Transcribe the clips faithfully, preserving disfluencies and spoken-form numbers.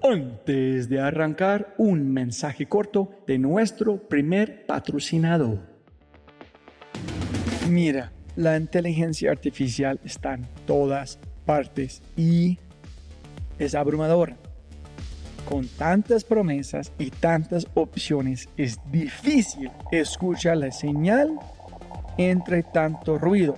Antes de arrancar, un mensaje corto de nuestro primer patrocinador. Mira, la inteligencia artificial está en todas partes y es abrumadora. Con tantas promesas y tantas opciones, es difícil escuchar la señal entre tanto ruido.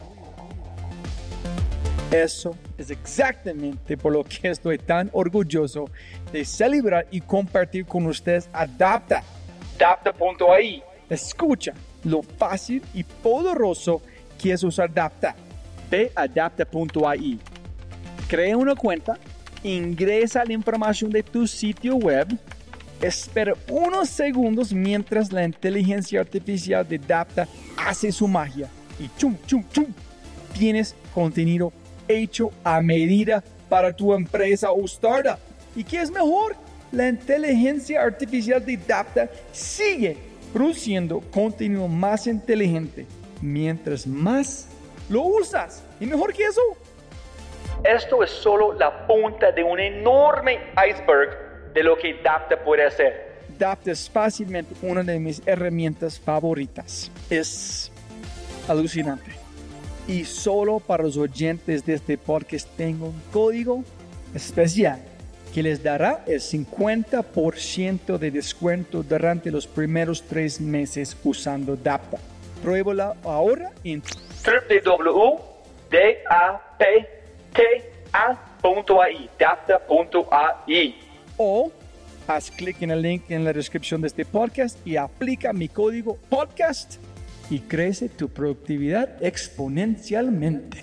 Eso es exactamente por lo que estoy tan orgulloso de celebrar y compartir con ustedes Adapta. Adapta punto a i. Escucha lo fácil y poderoso que es usar Adapta. Ve a adapta punto a i. Crea una cuenta, ingresa la información de tu sitio web, espera unos segundos mientras la inteligencia artificial de Adapta hace su magia y chum, chum, chum, tienes contenido hecho a medida para tu empresa o startup. ¿Y qué es mejor? La inteligencia artificial de Adapta sigue produciendo contenido más inteligente mientras más lo usas. ¿Y mejor que eso? Esto es solo la punta de un enorme iceberg de lo que Adapta puede hacer. Adapta es fácilmente una de mis herramientas favoritas. Es alucinante. Y solo para los oyentes de este podcast tengo un código especial que les dará el cincuenta por ciento de descuento durante los primeros tres meses usando Adapta. Pruébala ahora en doble u doble u doble u punto adapta punto a i o haz clic en el link en la descripción de este podcast y aplica mi código podcast y crece tu productividad exponencialmente.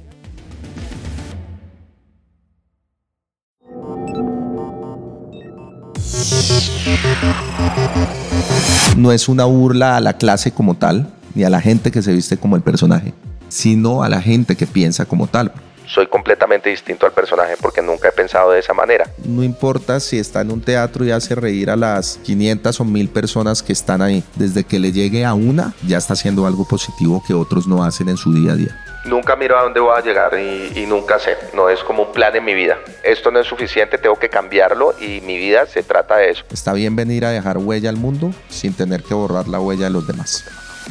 No es una burla a la clase como tal, ni a la gente que se viste como el personaje, sino a la gente que piensa como tal. Soy completamente distinto al personaje porque nunca he pensado de esa manera. No importa si está en un teatro y hace reír a las quinientas o mil personas que están ahí. Desde que le llegue a una, ya está haciendo algo positivo que otros no hacen en su día a día. Nunca miro a dónde voy a llegar y, y nunca sé. No es como un plan en mi vida. Esto no es suficiente, tengo que cambiarlo y mi vida se trata de eso. Está bien venir a dejar huella al mundo sin tener que borrar la huella de los demás.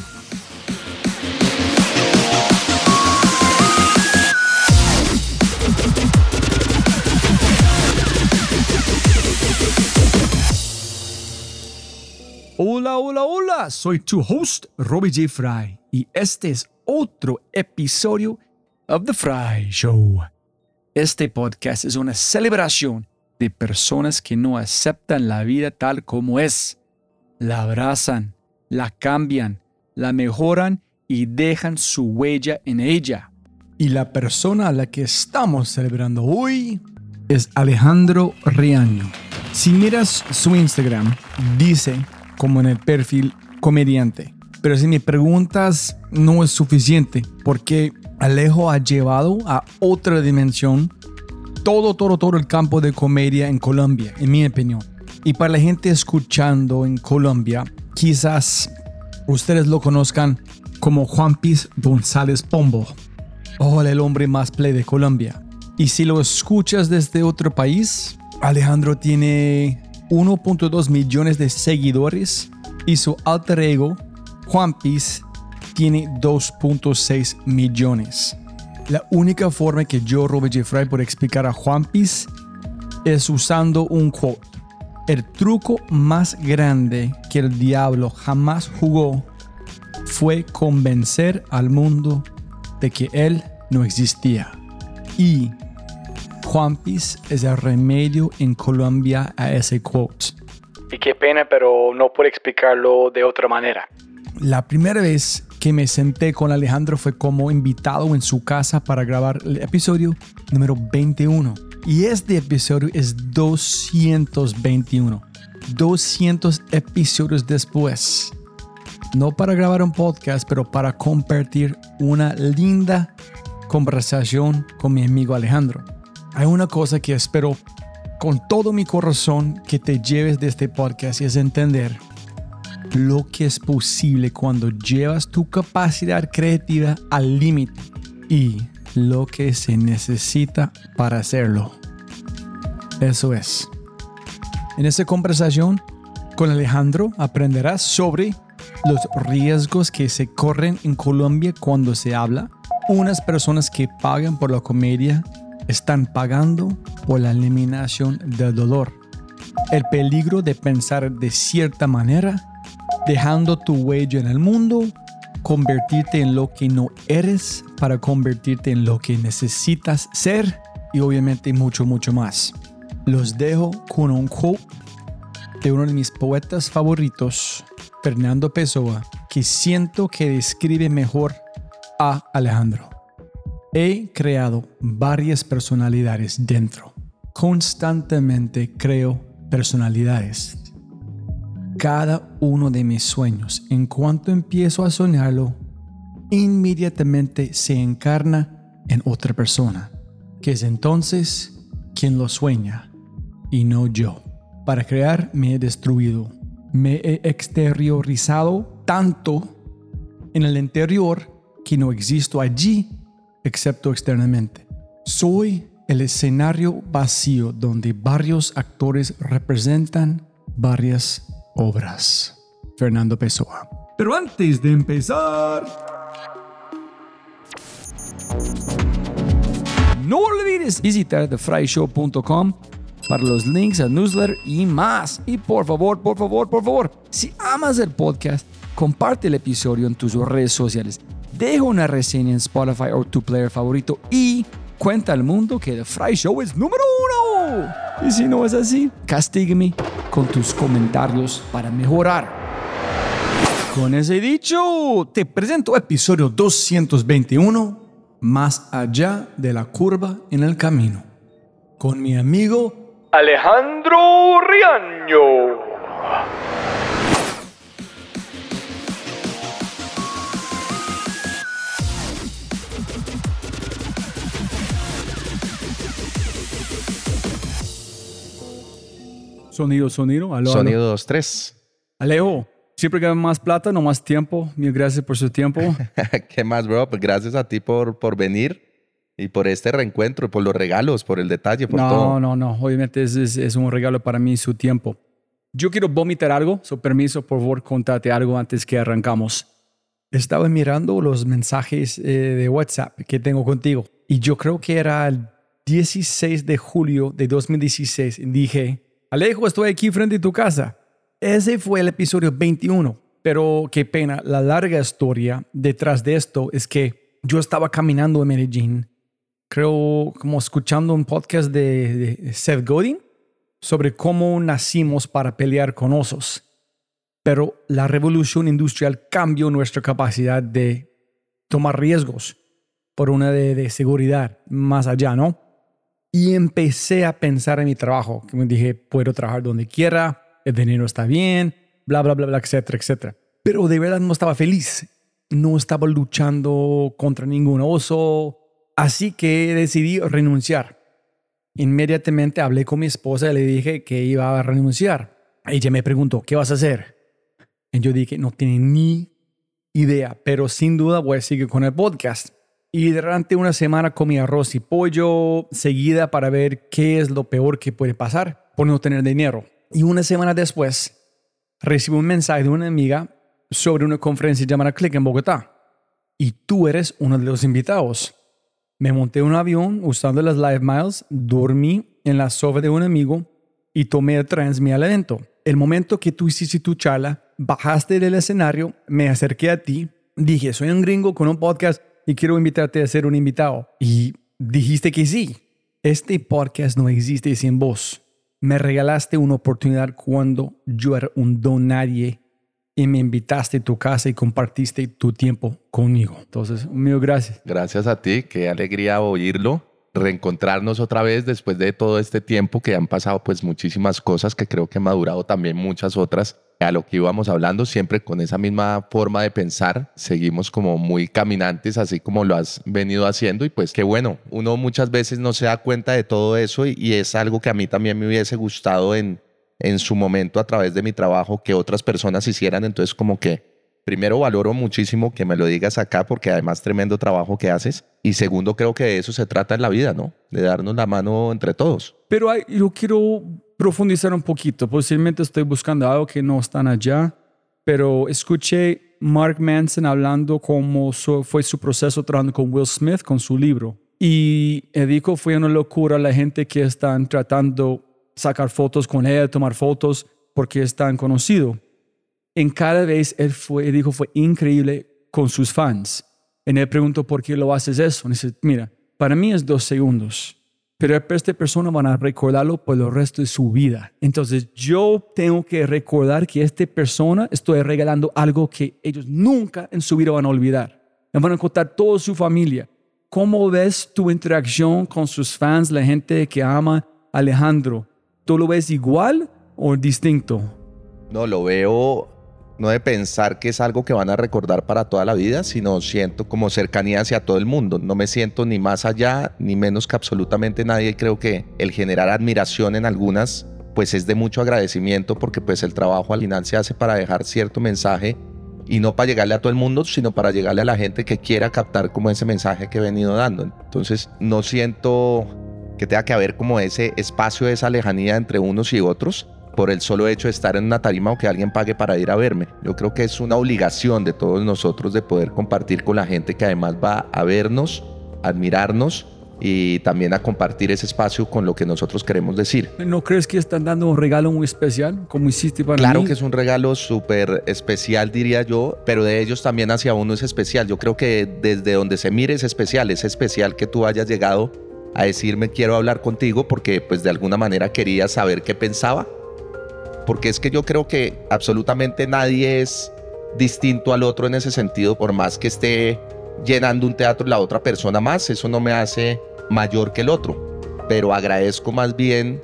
Hola, hola, hola, soy tu host, Robbie J. Fry, y este es otro episodio of The Fry Show. Este podcast es una celebración de personas que no aceptan la vida tal como es. La abrazan, la cambian, la mejoran y dejan su huella en ella. Y la persona a la que estamos celebrando hoy es Alejandro Riaño. Si miras su Instagram, dice como en el perfil comediante. Pero si me preguntas, no es suficiente porque Alejo ha llevado a otra dimensión todo, todo, todo el campo de comedia en Colombia, en mi opinión. Y para la gente escuchando en Colombia, quizás ustedes lo conozcan como Juanpis González Pombo, o el hombre más play de Colombia. Y si lo escuchas desde otro país, Alejandro tiene uno punto dos millones de seguidores y su alter ego, Juanpis, tiene dos punto seis millones. La única forma que yo, Robbie J. Fry, puedo explicar a Juanpis es usando un quote. El truco más grande que el diablo jamás jugó fue convencer al mundo de que él no existía. Y Juanpis es el remedio en Colombia a ese quote. Y qué pena, pero no puedo explicarlo de otra manera. La primera vez que me senté con Alejandro fue como invitado en su casa para grabar el episodio número veintiuno. Y este episodio es doscientos veintiuno. doscientos episodios después. No para grabar un podcast, pero para compartir una linda conversación con mi amigo Alejandro. Hay una cosa que espero con todo mi corazón que te lleves de este podcast y es entender lo que es posible cuando llevas tu capacidad creativa al límite y lo que se necesita para hacerlo. Eso es En esta conversación con Alejandro aprenderás sobre los riesgos que se corren en Colombia cuando se habla. Unas personas que pagan por la comedia están pagando por la eliminación del dolor. El peligro de pensar de cierta manera, dejando tu huella en el mundo, convertirte en lo que no eres para convertirte en lo que necesitas ser y obviamente mucho, mucho más. Los dejo con un quote de uno de mis poetas favoritos, Fernando Pessoa, que siento que describe mejor a Alejandro. He creado varias personalidades dentro. Constantemente creo personalidades. Cada uno de mis sueños, en cuanto empiezo a soñarlo, inmediatamente se encarna en otra persona, que es entonces quien lo sueña y no yo. Para crear me he destruido, me he exteriorizado tanto en el interior que no existo allí excepto externamente. Soy el escenario vacío donde varios actores representan varias obras. Fernando Pessoa. Pero antes de empezar, no olvides visitar the fry show punto com para los links al newsletter y más. Y por favor, por favor, por favor, si amas el podcast, comparte el episodio en tus redes sociales. Deja una reseña en Spotify o tu player favorito y cuenta al mundo que The Fry Show es número uno. Y si no es así, castígame con tus comentarios para mejorar. Con ese dicho, te presento episodio doscientos veintiuno, Más allá de la curva en el camino, con mi amigo Alejandro Riaño. Sonido, sonido. Aló, Sonido aló. dos, tres. Alejo, siempre que más plata, no más tiempo. Mil gracias por su tiempo. ¿Qué más, bro? Pues gracias a ti por, por venir y por este reencuentro, por los regalos, por el detalle, por no, todo. No, no, no. Obviamente es, es, es un regalo para mí su tiempo. Yo quiero vomitar algo. So, permiso, por favor, contarte algo antes que arrancamos. Estaba mirando los mensajes eh, de WhatsApp que tengo contigo. Y yo creo que era el dieciséis de julio de dos mil dieciséis. Dije, Alejo, estoy aquí frente a tu casa. Ese fue el episodio veintiuno. Pero qué pena, la larga historia detrás de esto es que yo estaba caminando en Medellín, creo como escuchando un podcast de, de Seth Godin sobre cómo nacimos para pelear con osos. Pero la revolución industrial cambió nuestra capacidad de tomar riesgos por una de, de seguridad más allá, ¿no? Y empecé a pensar en mi trabajo, que me dije, puedo trabajar donde quiera, el dinero está bien, bla, bla, bla, bla, etcétera, etcétera. Pero de verdad no estaba feliz. No estaba luchando contra ningún oso. Así que decidí renunciar. Inmediatamente hablé con mi esposa y le dije que iba a renunciar. Ella me preguntó, ¿qué vas a hacer? Y yo dije, no tiene ni idea, pero sin duda voy a seguir con el podcast. Y durante una semana comí arroz y pollo seguida para ver qué es lo peor que puede pasar por no tener dinero. Y una semana después recibí un mensaje de una amiga sobre una conferencia llamada Click en Bogotá. Y tú eres uno de los invitados. Me monté en un avión usando las Live Miles, dormí en la sofa de un amigo y tomé el Transmi al evento. El momento que tú hiciste tu charla, bajaste del escenario, me acerqué a ti, dije, soy un gringo con un podcast y quiero invitarte a ser un invitado. Y dijiste que sí. Este podcast no existe sin vos. Me regalaste una oportunidad cuando yo era un don nadie y me invitaste a tu casa y compartiste tu tiempo conmigo. Entonces, mío, gracias. Gracias a ti, qué alegría oírlo. Reencontrarnos otra vez después de todo este tiempo que han pasado pues muchísimas cosas que creo que han madurado también muchas otras. A lo que íbamos hablando, siempre con esa misma forma de pensar, seguimos como muy caminantes, así como lo has venido haciendo y pues qué bueno, uno muchas veces no se da cuenta de todo eso y, y es algo que a mí también me hubiese gustado en, en su momento a través de mi trabajo que otras personas hicieran, entonces como que primero valoro muchísimo que me lo digas acá porque además tremendo trabajo que haces y segundo creo que de eso se trata en la vida, ¿no? De darnos la mano entre todos. Pero hay, yo quiero profundizar un poquito. Posiblemente estoy buscando algo que no están allá, pero escuché Mark Manson hablando cómo su, fue su proceso trabajando con Will Smith con su libro. Y él dijo fue una locura la gente que están tratando de sacar fotos con él, tomar fotos porque es tan conocido. En cada vez él, fue, él dijo fue increíble con sus fans. Y él preguntó por qué lo haces eso. Y dice, mira, para mí es dos segundos. Pero esta persona van a recordarlo por el resto de su vida. Entonces yo tengo que recordar que a esta persona estoy regalando algo que ellos nunca en su vida van a olvidar. Me van a contar toda su familia. ¿Cómo ves tu interacción con sus fans, la gente que ama a Alejandro? ¿Tú lo ves igual o distinto? No, lo veo, no de pensar que es algo que van a recordar para toda la vida, sino siento como cercanía hacia todo el mundo. No me siento ni más allá, ni menos que absolutamente nadie. Y creo que el generar admiración en algunas, pues es de mucho agradecimiento, porque pues el trabajo al final se hace para dejar cierto mensaje y no para llegarle a todo el mundo, sino para llegarle a la gente que quiera captar como ese mensaje que he venido dando. Entonces no siento que tenga que haber como ese espacio, esa lejanía entre unos y otros, por el solo hecho de estar en una tarima o que alguien pague para ir a verme. Yo creo que es una obligación de todos nosotros de poder compartir con la gente que además va a vernos, a admirarnos y también a compartir ese espacio con lo que nosotros queremos decir. ¿No crees que están dando un regalo muy especial como hiciste para Claro mí? que es un regalo súper especial, diría yo, pero de ellos también hacia uno es especial. Yo creo que desde donde se mire es especial. Es especial que tú hayas llegado a decirme quiero hablar contigo porque pues de alguna manera quería saber qué pensaba. Porque es que yo creo que absolutamente nadie es distinto al otro en ese sentido, por más que esté llenando un teatro la otra persona más, eso no me hace mayor que el otro, pero agradezco más bien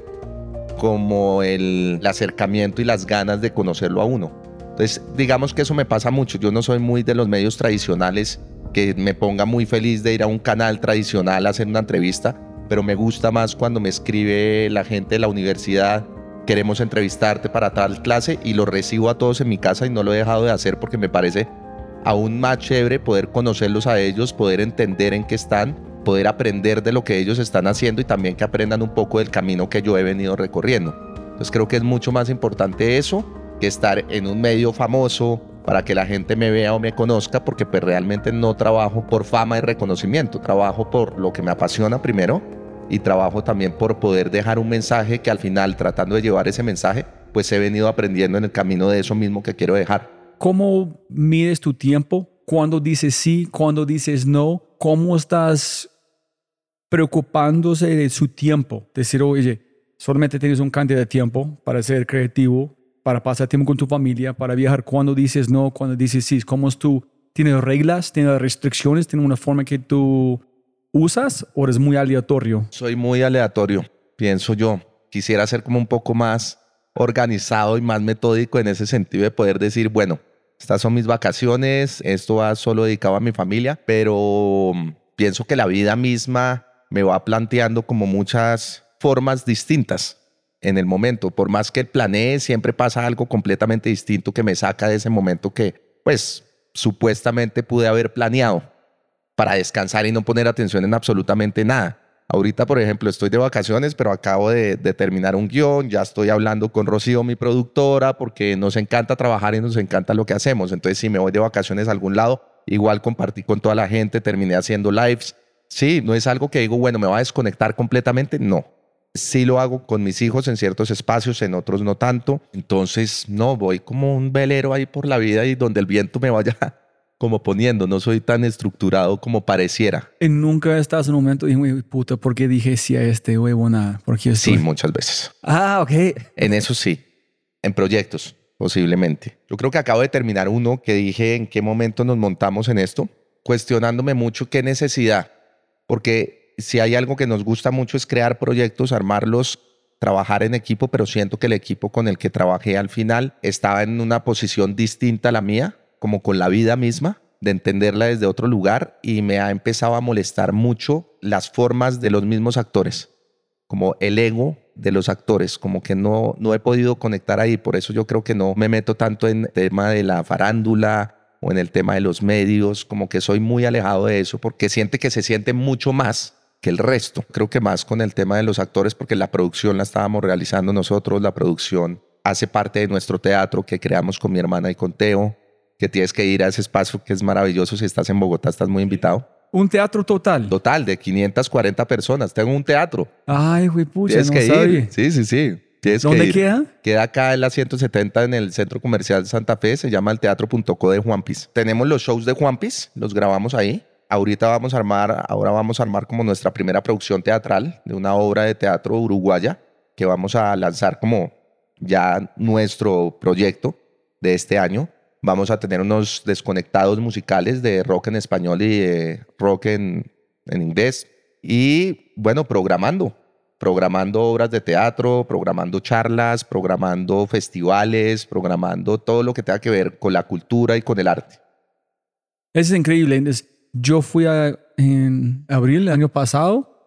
como el, el acercamiento y las ganas de conocerlo a uno. Entonces digamos que eso me pasa mucho. Yo no soy muy de los medios tradicionales que me ponga muy feliz de ir a un canal tradicional a hacer una entrevista, pero me gusta más cuando me escribe la gente de la universidad: queremos entrevistarte para tal clase, y lo recibo a todos en mi casa y no lo he dejado de hacer porque me parece aún más chévere poder conocerlos a ellos, poder entender en qué están, poder aprender de lo que ellos están haciendo y también que aprendan un poco del camino que yo he venido recorriendo. Entonces creo que es mucho más importante eso que estar en un medio famoso para que la gente me vea o me conozca, porque pues realmente no trabajo por fama y reconocimiento, trabajo por lo que me apasiona primero y trabajo también por poder dejar un mensaje que al final, tratando de llevar ese mensaje, pues he venido aprendiendo en el camino de eso mismo que quiero dejar. ¿Cómo mides tu tiempo? ¿Cuándo dices sí? ¿Cuándo dices no? ¿Cómo estás preocupándose de su tiempo? Decir, oye, solamente tienes un cantidad de tiempo para ser creativo, para pasar tiempo con tu familia, para viajar. ¿Cuándo dices no? ¿Cuándo dices sí? ¿Cómo es tú? ¿Tienes reglas? ¿Tienes restricciones? ¿Tienes una forma que tú usas o eres muy aleatorio? Soy muy aleatorio, pienso yo. Quisiera ser como un poco más organizado y más metódico en ese sentido de poder decir, bueno, estas son mis vacaciones, esto va solo dedicado a mi familia, pero pienso que la vida misma me va planteando como muchas formas distintas en el momento. Por más que planee, siempre pasa algo completamente distinto que me saca de ese momento que, pues, supuestamente pude haber planeado para descansar y no poner atención en absolutamente nada. Ahorita, por ejemplo, estoy de vacaciones, pero acabo de, de terminar un guión, ya estoy hablando con Rocío, mi productora, porque nos encanta trabajar y nos encanta lo que hacemos. Entonces, si me voy de vacaciones a algún lado, igual compartí con toda la gente, terminé haciendo lives. Sí, no es algo que digo, bueno, me voy a desconectar completamente, no. Sí lo hago con mis hijos en ciertos espacios, en otros no tanto. Entonces, no, voy como un velero ahí por la vida y donde el viento me vaya como poniendo, no soy tan estructurado como pareciera. ¿Y nunca estás en un momento y dije, puta, ¿por qué dije sí a este huevona? ¿Por qué estoy? Sí, muchas veces. Ah, ok. En eso sí, en proyectos, posiblemente. Yo creo que acabo de terminar uno que dije en qué momento nos montamos en esto, cuestionándome mucho qué necesidad, porque si hay algo que nos gusta mucho es crear proyectos, armarlos, trabajar en equipo, pero siento que el equipo con el que trabajé al final estaba en una posición distinta a la mía, como con la vida misma, de entenderla desde otro lugar, y me ha empezado a molestar mucho las formas de los mismos actores, como el ego de los actores, como que no, no he podido conectar ahí. Por eso yo creo que no me meto tanto en el tema de la farándula o en el tema de los medios, como que soy muy alejado de eso, porque siente que se siente mucho más que el resto. Creo que más con el tema de los actores, porque la producción la estábamos realizando nosotros, la producción hace parte de nuestro teatro que creamos con mi hermana y con Teo, que tienes que ir a ese espacio que es maravilloso. Si estás en Bogotá, estás muy invitado. ¿Un teatro total? Total, de quinientas cuarenta personas. Tengo un teatro. Ay, güey, pucha, Tienes no que sabía. ir. Sí, sí, sí. Tienes ¿Dónde que ir. queda? Queda acá en la ciento setenta en el Centro Comercial Santa Fe. Se llama el teatro punto co de Juanpis. Tenemos los shows de Juanpis, los grabamos ahí. Ahorita vamos a armar, ahora vamos a armar como nuestra primera producción teatral de una obra de teatro uruguaya que vamos a lanzar como ya nuestro proyecto de este año. Vamos a tener unos desconectados musicales de rock en español y de rock en, en inglés. Y bueno, programando, programando obras de teatro, programando charlas, programando festivales, programando todo lo que tenga que ver con la cultura y con el arte. Eso es increíble. Entonces, yo fui a, en abril del año pasado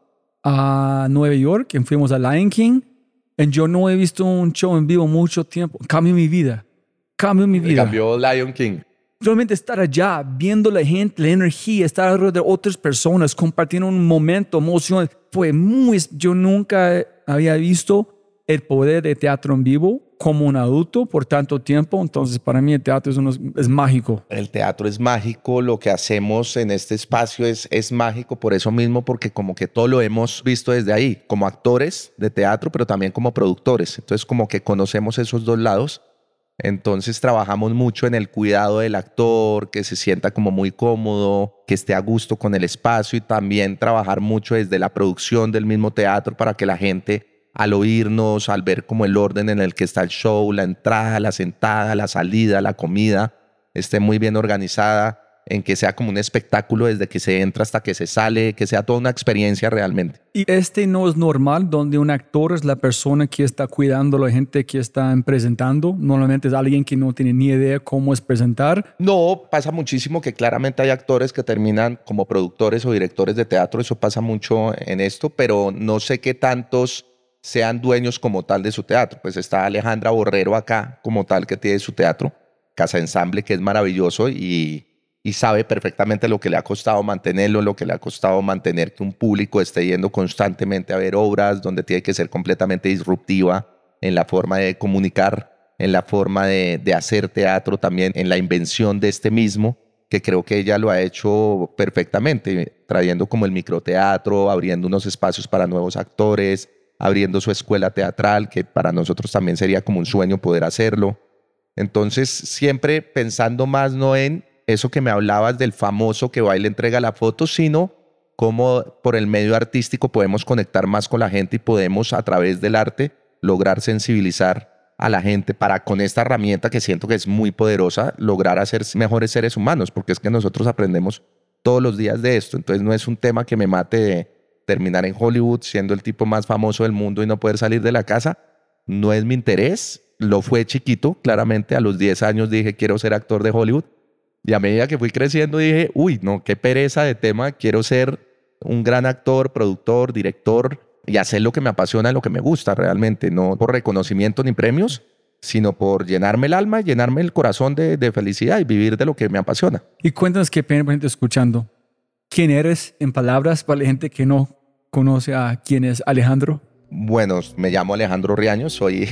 a Nueva York y fuimos a Lion King. Y yo no he visto un show en vivo mucho tiempo. Cambió mi vida. Cambió mi vida. Cambió Lion King. Realmente estar allá, viendo la gente, la energía, estar alrededor de otras personas, compartiendo un momento, emoción, fue muy... Yo nunca había visto el poder de teatro en vivo como un adulto por tanto tiempo. Entonces, para mí el teatro es, uno, es mágico. El teatro es mágico. Lo que hacemos en este espacio es, es mágico por eso mismo, porque como que todo lo hemos visto desde ahí, como actores de teatro, pero también como productores. Entonces, como que conocemos esos dos lados. Entonces trabajamos mucho en el cuidado del actor, que se sienta como muy cómodo, que esté a gusto con el espacio, y también trabajar mucho desde la producción del mismo teatro para que la gente, al oírnos, al ver como el orden en el que está el show, la entrada, la sentada, la salida, la comida, esté muy bien organizada, en que sea como un espectáculo desde que se entra hasta que se sale, que sea toda una experiencia realmente. Y este no es normal, donde un actor es la persona que está cuidando a la gente que está presentando. Normalmente es alguien que no tiene ni idea cómo es presentar. No, pasa muchísimo que claramente hay actores que terminan como productores o directores de teatro. Eso pasa mucho en esto, pero no sé qué tantos sean dueños como tal de su teatro. Pues está Alejandra Borrero acá como tal, que tiene su teatro, Casa Ensamble, que es maravilloso y... y sabe perfectamente lo que le ha costado mantenerlo, lo que le ha costado mantener que un público esté yendo constantemente a ver obras, donde tiene que ser completamente disruptiva en la forma de comunicar, en la forma de, de hacer teatro, también en la invención de este mismo, que creo que ella lo ha hecho perfectamente, trayendo como el microteatro, abriendo unos espacios para nuevos actores, abriendo su escuela teatral, que para nosotros también sería como un sueño poder hacerlo. Entonces, siempre pensando más no en eso que me hablabas del famoso que va y le entrega la foto, sino cómo por el medio artístico podemos conectar más con la gente y podemos a través del arte lograr sensibilizar a la gente para con esta herramienta que siento que es muy poderosa lograr hacer mejores seres humanos, porque es que nosotros aprendemos todos los días de esto. Entonces no es un tema que me mate de terminar en Hollywood siendo el tipo más famoso del mundo y no poder salir de la casa. No es mi interés, lo fue chiquito, claramente a los diez años dije quiero ser actor de Hollywood. Y a medida que fui creciendo dije, uy, no, qué pereza de tema, quiero ser un gran actor, productor, director y hacer lo que me apasiona, lo que me gusta realmente, no por reconocimiento ni premios, sino por llenarme el alma, llenarme el corazón de, de felicidad y vivir de lo que me apasiona. Y cuéntanos qué pena para gente escuchando. ¿Quién eres en palabras para la gente que no conoce a quién es Alejandro? Bueno, me llamo Alejandro Riaño, soy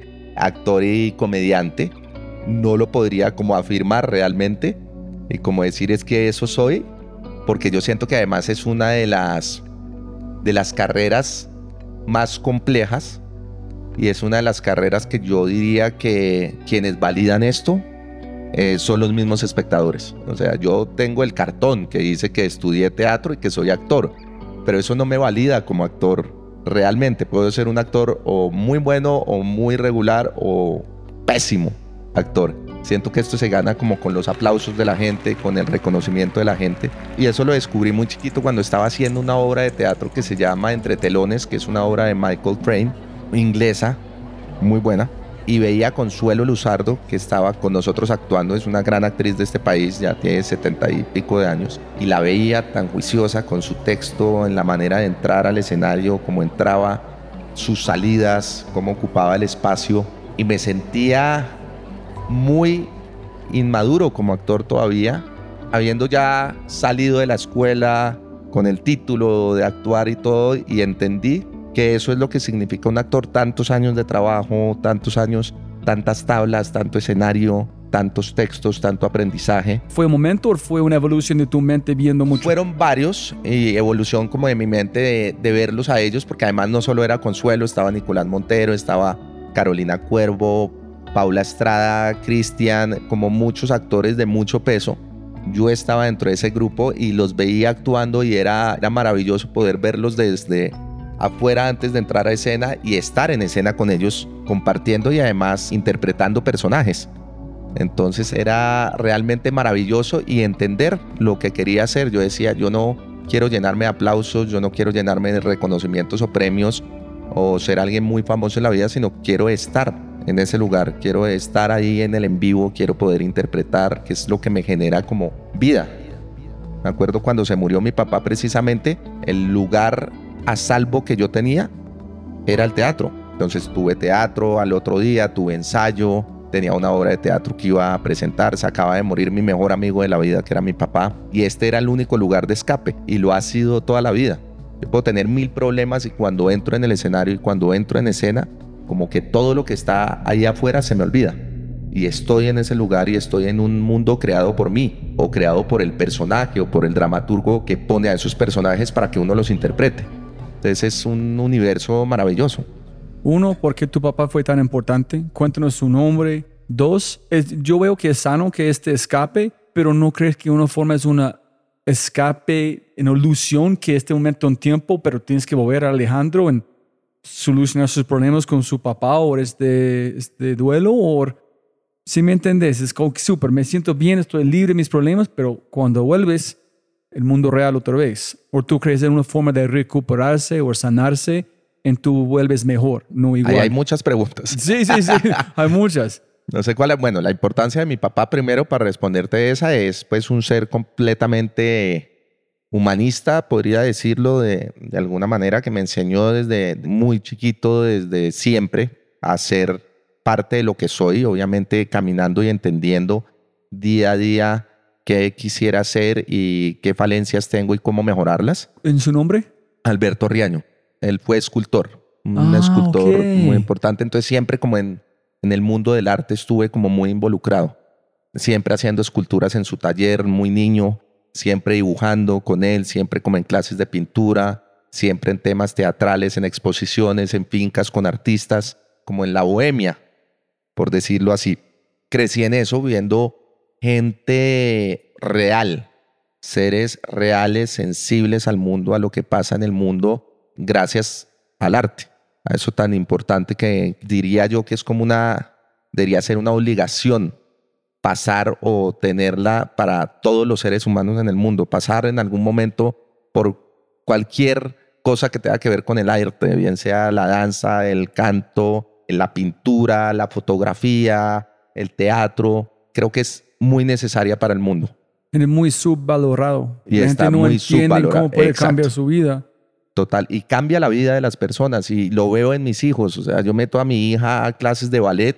actor y comediante. No lo podría como afirmar realmente y como decir es que eso soy, porque yo siento que además es una de las, de las carreras más complejas y es una de las carreras que yo diría que quienes validan esto eh, son los mismos espectadores. O sea, yo tengo el cartón que dice que estudié teatro y que soy actor, pero eso no me valida como actor realmente. Puedo ser un actor o muy bueno o muy regular o pésimo actor. Siento que esto se gana como con los aplausos de la gente, con el reconocimiento de la gente. Y eso lo descubrí muy chiquito cuando estaba haciendo una obra de teatro que se llama Entre Telones, que es una obra de Michael Frayn, inglesa, muy buena. Y veía a Consuelo Luzardo, que estaba con nosotros actuando, es una gran actriz de este país, ya tiene setenta y pico de años. Y la veía tan juiciosa con su texto, en la manera de entrar al escenario, cómo entraba, sus salidas, cómo ocupaba el espacio. Y me sentía muy inmaduro como actor todavía, habiendo ya salido de la escuela, con el título de actuar y todo, y entendí que eso es lo que significa un actor, tantos años de trabajo, tantos años, tantas tablas, tanto escenario, tantos textos, tanto aprendizaje. ¿Fue un momento o fue una evolución de tu mente viendo mucho? Fueron varios, y evolución como de mi mente de, de verlos a ellos, porque además no solo era Consuelo, estaba Nicolás Montero, estaba Carolina Cuervo, Paula Estrada, Cristian, como muchos actores de mucho peso. Yo estaba dentro de ese grupo y los veía actuando y era, era maravilloso poder verlos desde afuera antes de entrar a escena y estar en escena con ellos compartiendo y además interpretando personajes. Entonces era realmente maravilloso y entender lo que quería hacer. Yo decía, yo no quiero llenarme de aplausos, yo no quiero llenarme de reconocimientos o premios o ser alguien muy famoso en la vida, sino quiero estar en ese lugar, quiero estar ahí en el en vivo, quiero poder interpretar, que es lo que me genera como vida. Me acuerdo cuando se murió mi papá, precisamente el lugar a salvo que yo tenía era el teatro. Entonces tuve teatro, al otro día tuve ensayo, tenía una obra de teatro que iba a presentar, se acaba de morir mi mejor amigo de la vida, que era mi papá, y este era el único lugar de escape, y lo ha sido toda la vida. Yo puedo tener mil problemas y cuando entro en el escenario y cuando entro en escena, como que todo lo que está ahí afuera se me olvida. Y estoy en ese lugar y estoy en un mundo creado por mí, o creado por el personaje o por el dramaturgo que pone a esos personajes para que uno los interprete. Entonces es un universo maravilloso. Uno, ¿por qué tu papá fue tan importante? Cuéntanos su nombre. Dos, es, yo veo que es sano que este escape, pero ¿no crees que una forma es una escape en ilusión que este momento en tiempo, pero tienes que volver a Alejandro en solucionar sus problemas con su papá o este, este duelo? O si me entendés, es como que súper, me siento bien, estoy libre de mis problemas, pero cuando vuelves el mundo real otra vez, o tú crees en una forma de recuperarse o sanarse, en tú vuelves mejor, no igual. Ahí hay muchas preguntas. Sí, sí, sí, hay muchas. No sé cuál es, bueno, la importancia de mi papá primero para responderte esa es pues un ser completamente humanista, podría decirlo de, de alguna manera, que me enseñó desde muy chiquito, desde siempre, a ser parte de lo que soy, obviamente caminando y entendiendo día a día qué quisiera hacer y qué falencias tengo y cómo mejorarlas. ¿En su nombre? Alberto Riaño. Él fue escultor, un ah, escultor okay. muy importante. Entonces siempre como en, en el mundo del arte estuve como muy involucrado. Siempre haciendo esculturas en su taller, muy niño, siempre dibujando con él, siempre como en clases de pintura, siempre en temas teatrales, en exposiciones, en fincas con artistas, como en la bohemia, por decirlo así. Crecí en eso viendo gente real, seres reales, sensibles al mundo, a lo que pasa en el mundo, gracias al arte, a eso tan importante que diría yo que es como una, debería ser una obligación pasar o tenerla para todos los seres humanos en el mundo, pasar en algún momento por cualquier cosa que tenga que ver con el arte, bien sea la danza, el canto, la pintura, la fotografía, el teatro. Creo que es muy necesaria para el mundo. Es muy subvalorado. Y la está gente no muy entiende subvalorado. cómo puede Exacto. cambiar su vida. Total, y cambia la vida de las personas y lo veo en mis hijos. O sea, yo meto a mi hija a clases de ballet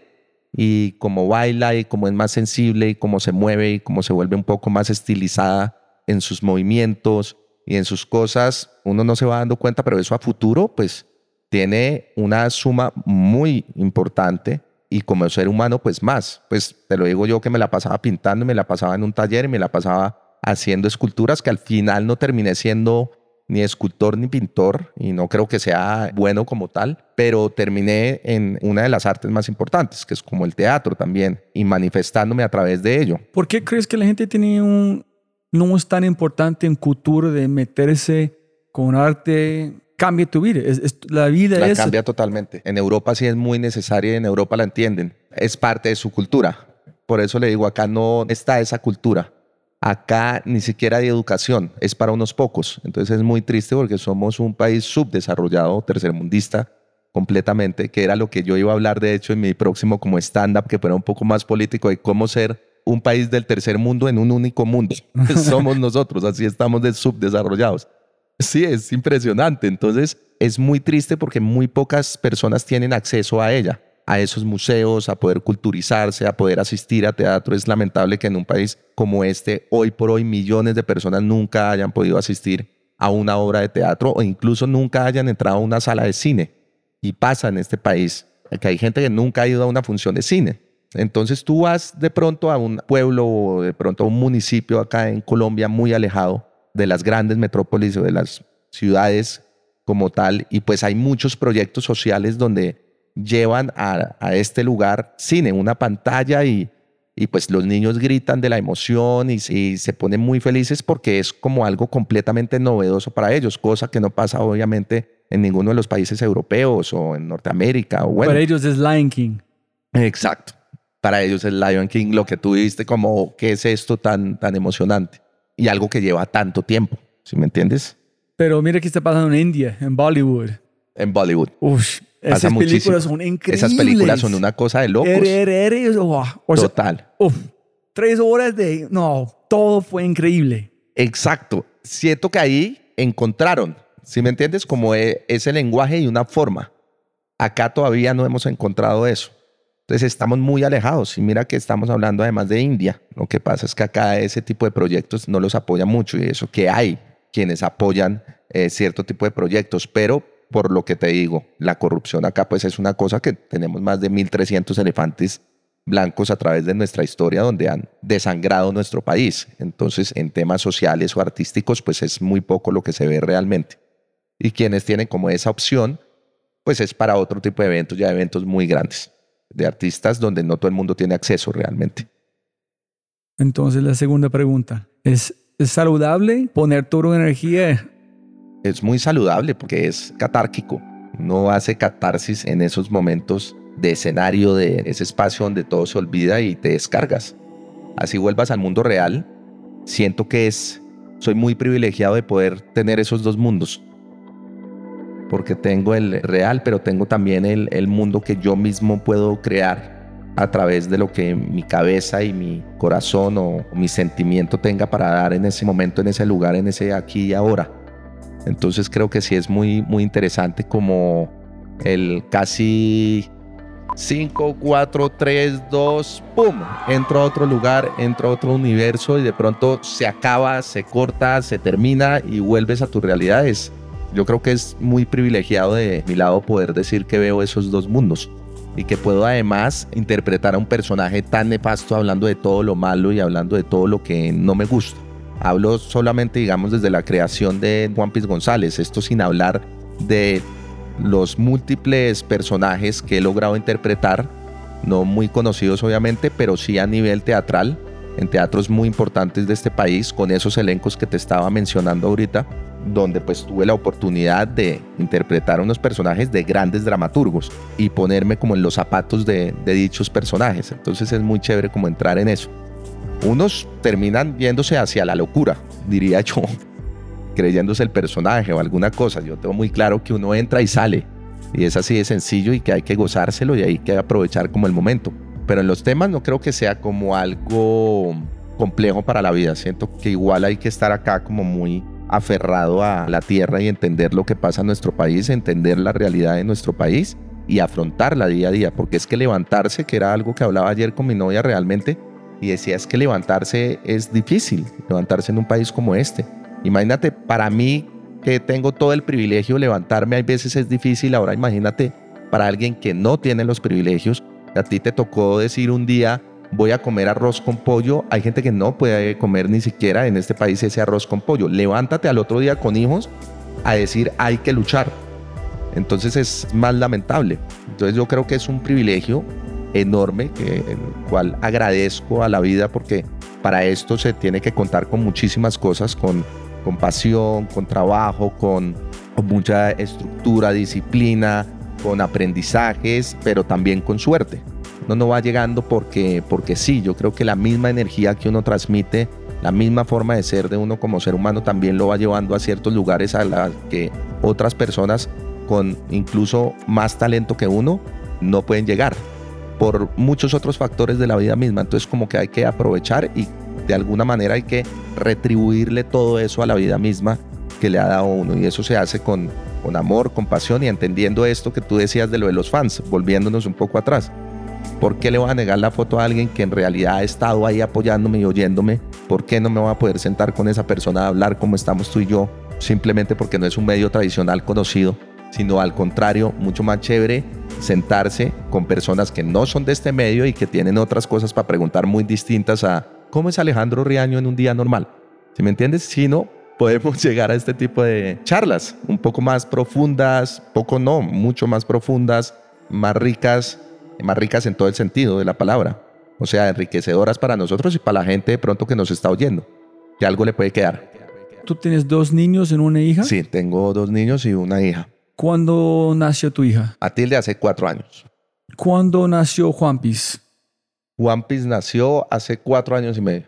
y como baila y como es más sensible y cómo se mueve y cómo se vuelve un poco más estilizada en sus movimientos y en sus cosas, uno no se va dando cuenta, pero eso a futuro pues tiene una suma muy importante y como ser humano pues más. Pues te lo digo yo que me la pasaba pintando, me la pasaba en un taller y me la pasaba haciendo esculturas que al final no terminé siendo ni escultor ni pintor y no creo que sea bueno como tal, pero terminé en una de las artes más importantes, que es como el teatro también, y manifestándome a través de ello. ¿Por qué crees que la gente tiene un, no es tan importante en cultura de meterse con arte? Cambia tu vida. Es, es, la vida la es... cambia totalmente. En Europa sí es muy necesaria y en Europa la entienden. Es parte de su cultura. Por eso le digo, acá no está esa cultura. Acá ni siquiera hay educación, es para unos pocos. Entonces es muy triste porque somos un país subdesarrollado, tercermundista completamente, que era lo que yo iba a hablar de hecho en mi próximo como stand-up, que fuera un poco más político, de cómo ser un país del tercer mundo en un único mundo. Somos nosotros, así estamos de subdesarrollados. Sí, es impresionante. Entonces es muy triste porque muy pocas personas tienen acceso a ella, a esos museos, a poder culturizarse, a poder asistir a teatro. Es lamentable que en un país como este, hoy por hoy, millones de personas nunca hayan podido asistir a una obra de teatro o incluso nunca hayan entrado a una sala de cine. Y pasa en este país que hay gente que nunca ha ido a una función de cine. Entonces tú vas de pronto a un pueblo o de pronto a un municipio acá en Colombia muy alejado de las grandes metrópolis o de las ciudades como tal, y pues hay muchos proyectos sociales donde llevan a, a este lugar cine, una pantalla, y, y pues los niños gritan de la emoción y, y se ponen muy felices porque es como algo completamente novedoso para ellos, cosa que no pasa obviamente en ninguno de los países europeos o en Norteamérica. O bueno. Para ellos es Lion King. Exacto. Para ellos es Lion King, lo que tú viste como, ¿qué es esto tan, tan emocionante? Y algo que lleva tanto tiempo, ¿sí me entiendes? Pero mira qué está pasando en India, en Bollywood. En Bollywood. Uf, esas Pasa películas muchísimo. son increíbles. Esas películas son una cosa de locos. R R R, oh, o sea, Total. Uf, tres horas de... No, todo fue increíble. Exacto. Siento que ahí encontraron, ¿sí me entiendes? Como e- ese lenguaje y una forma. Acá todavía no hemos encontrado eso. Entonces estamos muy alejados. Y mira que estamos hablando además de India. Lo que pasa es que acá ese tipo de proyectos no los apoya mucho. Y eso que hay quienes apoyan eh, cierto tipo de proyectos. Pero por lo que te digo, la corrupción acá pues es una cosa que tenemos más de mil trescientos elefantes blancos a través de nuestra historia donde han desangrado nuestro país. Entonces en temas sociales o artísticos pues es muy poco lo que se ve realmente. Y quienes tienen como esa opción pues es para otro tipo de eventos, ya eventos muy grandes, de artistas donde no todo el mundo tiene acceso realmente. Entonces la segunda pregunta, ¿es, ¿es saludable poner toda tu energía? Es muy saludable porque es catárquico. Uno hace catarsis en esos momentos de escenario, de ese espacio donde todo se olvida y te descargas. Así vuelvas al mundo real. Siento que es, soy muy privilegiado de poder tener esos dos mundos. Porque tengo el real, pero tengo también el, el mundo que yo mismo puedo crear a través de lo que mi cabeza y mi corazón o, o mi sentimiento tenga para dar en ese momento, en ese lugar, en ese aquí y ahora. Entonces creo que sí es muy, muy interesante como el casi cinco, cuatro, tres, dos, ¡pum! Entro a otro lugar, entro a otro universo y de pronto se acaba, se corta, se termina y vuelves a tus realidades. Yo creo que es muy privilegiado de mi lado poder decir que veo esos dos mundos y que puedo además interpretar a un personaje tan nefasto hablando de todo lo malo y hablando de todo lo que no me gusta. Hablo solamente, digamos, desde la creación de Juan Piz González, esto sin hablar de los múltiples personajes que he logrado interpretar, no muy conocidos obviamente, pero sí a nivel teatral, en teatros muy importantes de este país, con esos elencos que te estaba mencionando ahorita, donde pues tuve la oportunidad de interpretar a unos personajes de grandes dramaturgos y ponerme como en los zapatos de, de dichos personajes. Entonces es muy chévere como entrar en eso. Unos terminan yéndose hacia la locura, diría yo, creyéndose el personaje o alguna cosa. Yo tengo muy claro que uno entra y sale, y es así de sencillo y que hay que gozárselo y hay que aprovechar como el momento. Pero en los temas no creo que sea como algo complejo para la vida. Siento que igual hay que estar acá como muy aferrado a la tierra y entender lo que pasa en nuestro país, entender la realidad de nuestro país y afrontarla día a día, porque es que levantarse, que era algo que hablaba ayer con mi novia realmente, y decía es que levantarse es difícil, levantarse en un país como este. Imagínate, para mí que tengo todo el privilegio de levantarme, hay veces es difícil. Ahora imagínate para alguien que no tiene los privilegios, a ti te tocó decir un día voy a comer arroz con pollo. Hay gente que no puede comer ni siquiera en este país ese arroz con pollo. Levántate al otro día con hijos a decir hay que luchar. Entonces es más lamentable. Entonces yo creo que es un privilegio enorme, que, el cual agradezco a la vida, porque para esto se tiene que contar con muchísimas cosas, con, con pasión, con trabajo, con, con mucha estructura, disciplina, con aprendizajes, pero también con suerte. Uno no va llegando porque, porque sí. Yo creo que la misma energía que uno transmite, la misma forma de ser de uno como ser humano también lo va llevando a ciertos lugares a los que otras personas con incluso más talento que uno no pueden llegar por muchos otros factores de la vida misma. Entonces como que hay que aprovechar y de alguna manera hay que retribuirle todo eso a la vida misma que le ha dado a uno, y eso se hace con, con amor, con pasión y entendiendo esto que tú decías de lo de los fans, volviéndonos un poco atrás. ¿Por qué le voy a negar la foto a alguien que en realidad ha estado ahí apoyándome y oyéndome? ¿Por qué no me voy a poder sentar con esa persona a hablar como estamos tú y yo simplemente porque no es un medio tradicional conocido, sino al contrario, mucho más chévere sentarse con personas que no son de este medio y que tienen otras cosas para preguntar muy distintas a ¿cómo es Alejandro Riaño en un día normal? ¿Sí me entiendes? Si no, podemos llegar a este tipo de charlas un poco más profundas, poco no, mucho más profundas, más ricas, más ricas en todo el sentido de la palabra. O sea, enriquecedoras para nosotros y para la gente de pronto que nos está oyendo, que algo le puede quedar. ¿Tú tienes dos niños y una hija? Sí, tengo dos niños y una hija. ¿Cuándo nació tu hija? Matilde hace cuatro años. ¿Cuándo nació Juanpis? Juanpis nació hace cuatro años y medio.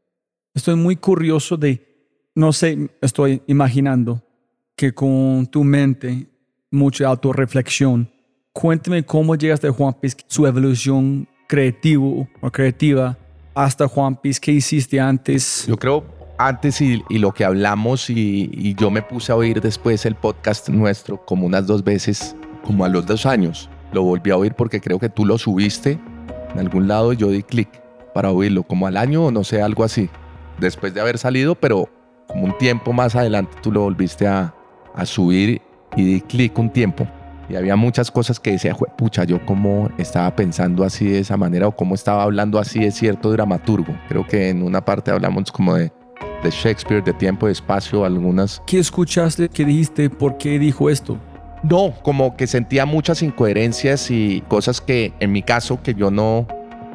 Estoy muy curioso de, no sé, estoy imaginando que con tu mente, mucha autorreflexión, cuéntame cómo llegaste a Juanpis, su evolución creativo o creativa hasta Juanpis, ¿qué hiciste antes? Yo creo antes y, y lo que hablamos y, y yo me puse a oír después el podcast nuestro como unas dos veces, como a los dos años. Lo volví a oír porque creo que tú lo subiste en algún lado y yo di clic para oírlo, como al año o no sé, algo así. Después de haber salido, pero como un tiempo más adelante tú lo volviste a, a subir y di clic un tiempo. Y había muchas cosas que decía, pucha, yo cómo estaba pensando así de esa manera o cómo estaba hablando así de cierto dramaturgo. Creo que en una parte hablamos como de, de Shakespeare, de tiempo, de espacio, algunas. ¿Qué escuchaste? ¿Qué dijiste? ¿Por qué dijo esto? No, como que sentía muchas incoherencias y cosas que en mi caso que yo no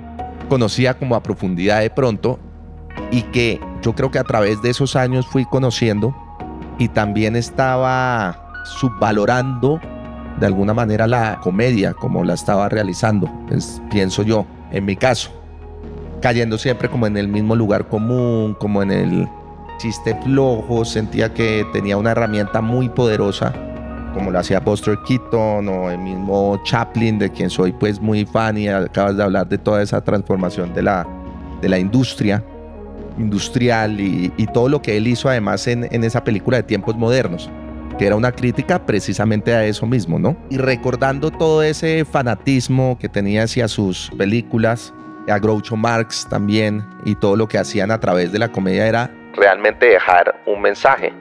conocía como a profundidad de pronto y que yo creo que a través de esos años fui conociendo y también estaba subvalorando de alguna manera la comedia como la estaba realizando, pues, pienso yo, en mi caso, cayendo siempre como en el mismo lugar común, como en el chiste flojo. Sentía que tenía una herramienta muy poderosa, como lo hacía Buster Keaton o el mismo Chaplin, de quien soy pues muy fan, y acabas de hablar de toda esa transformación de la, de la industria industrial y, y todo lo que él hizo además en, en esa película de Tiempos Modernos, que era una crítica precisamente a eso mismo, ¿no? Y recordando todo ese fanatismo que tenía hacia sus películas, a Groucho Marx también, y todo lo que hacían a través de la comedia era realmente dejar un mensaje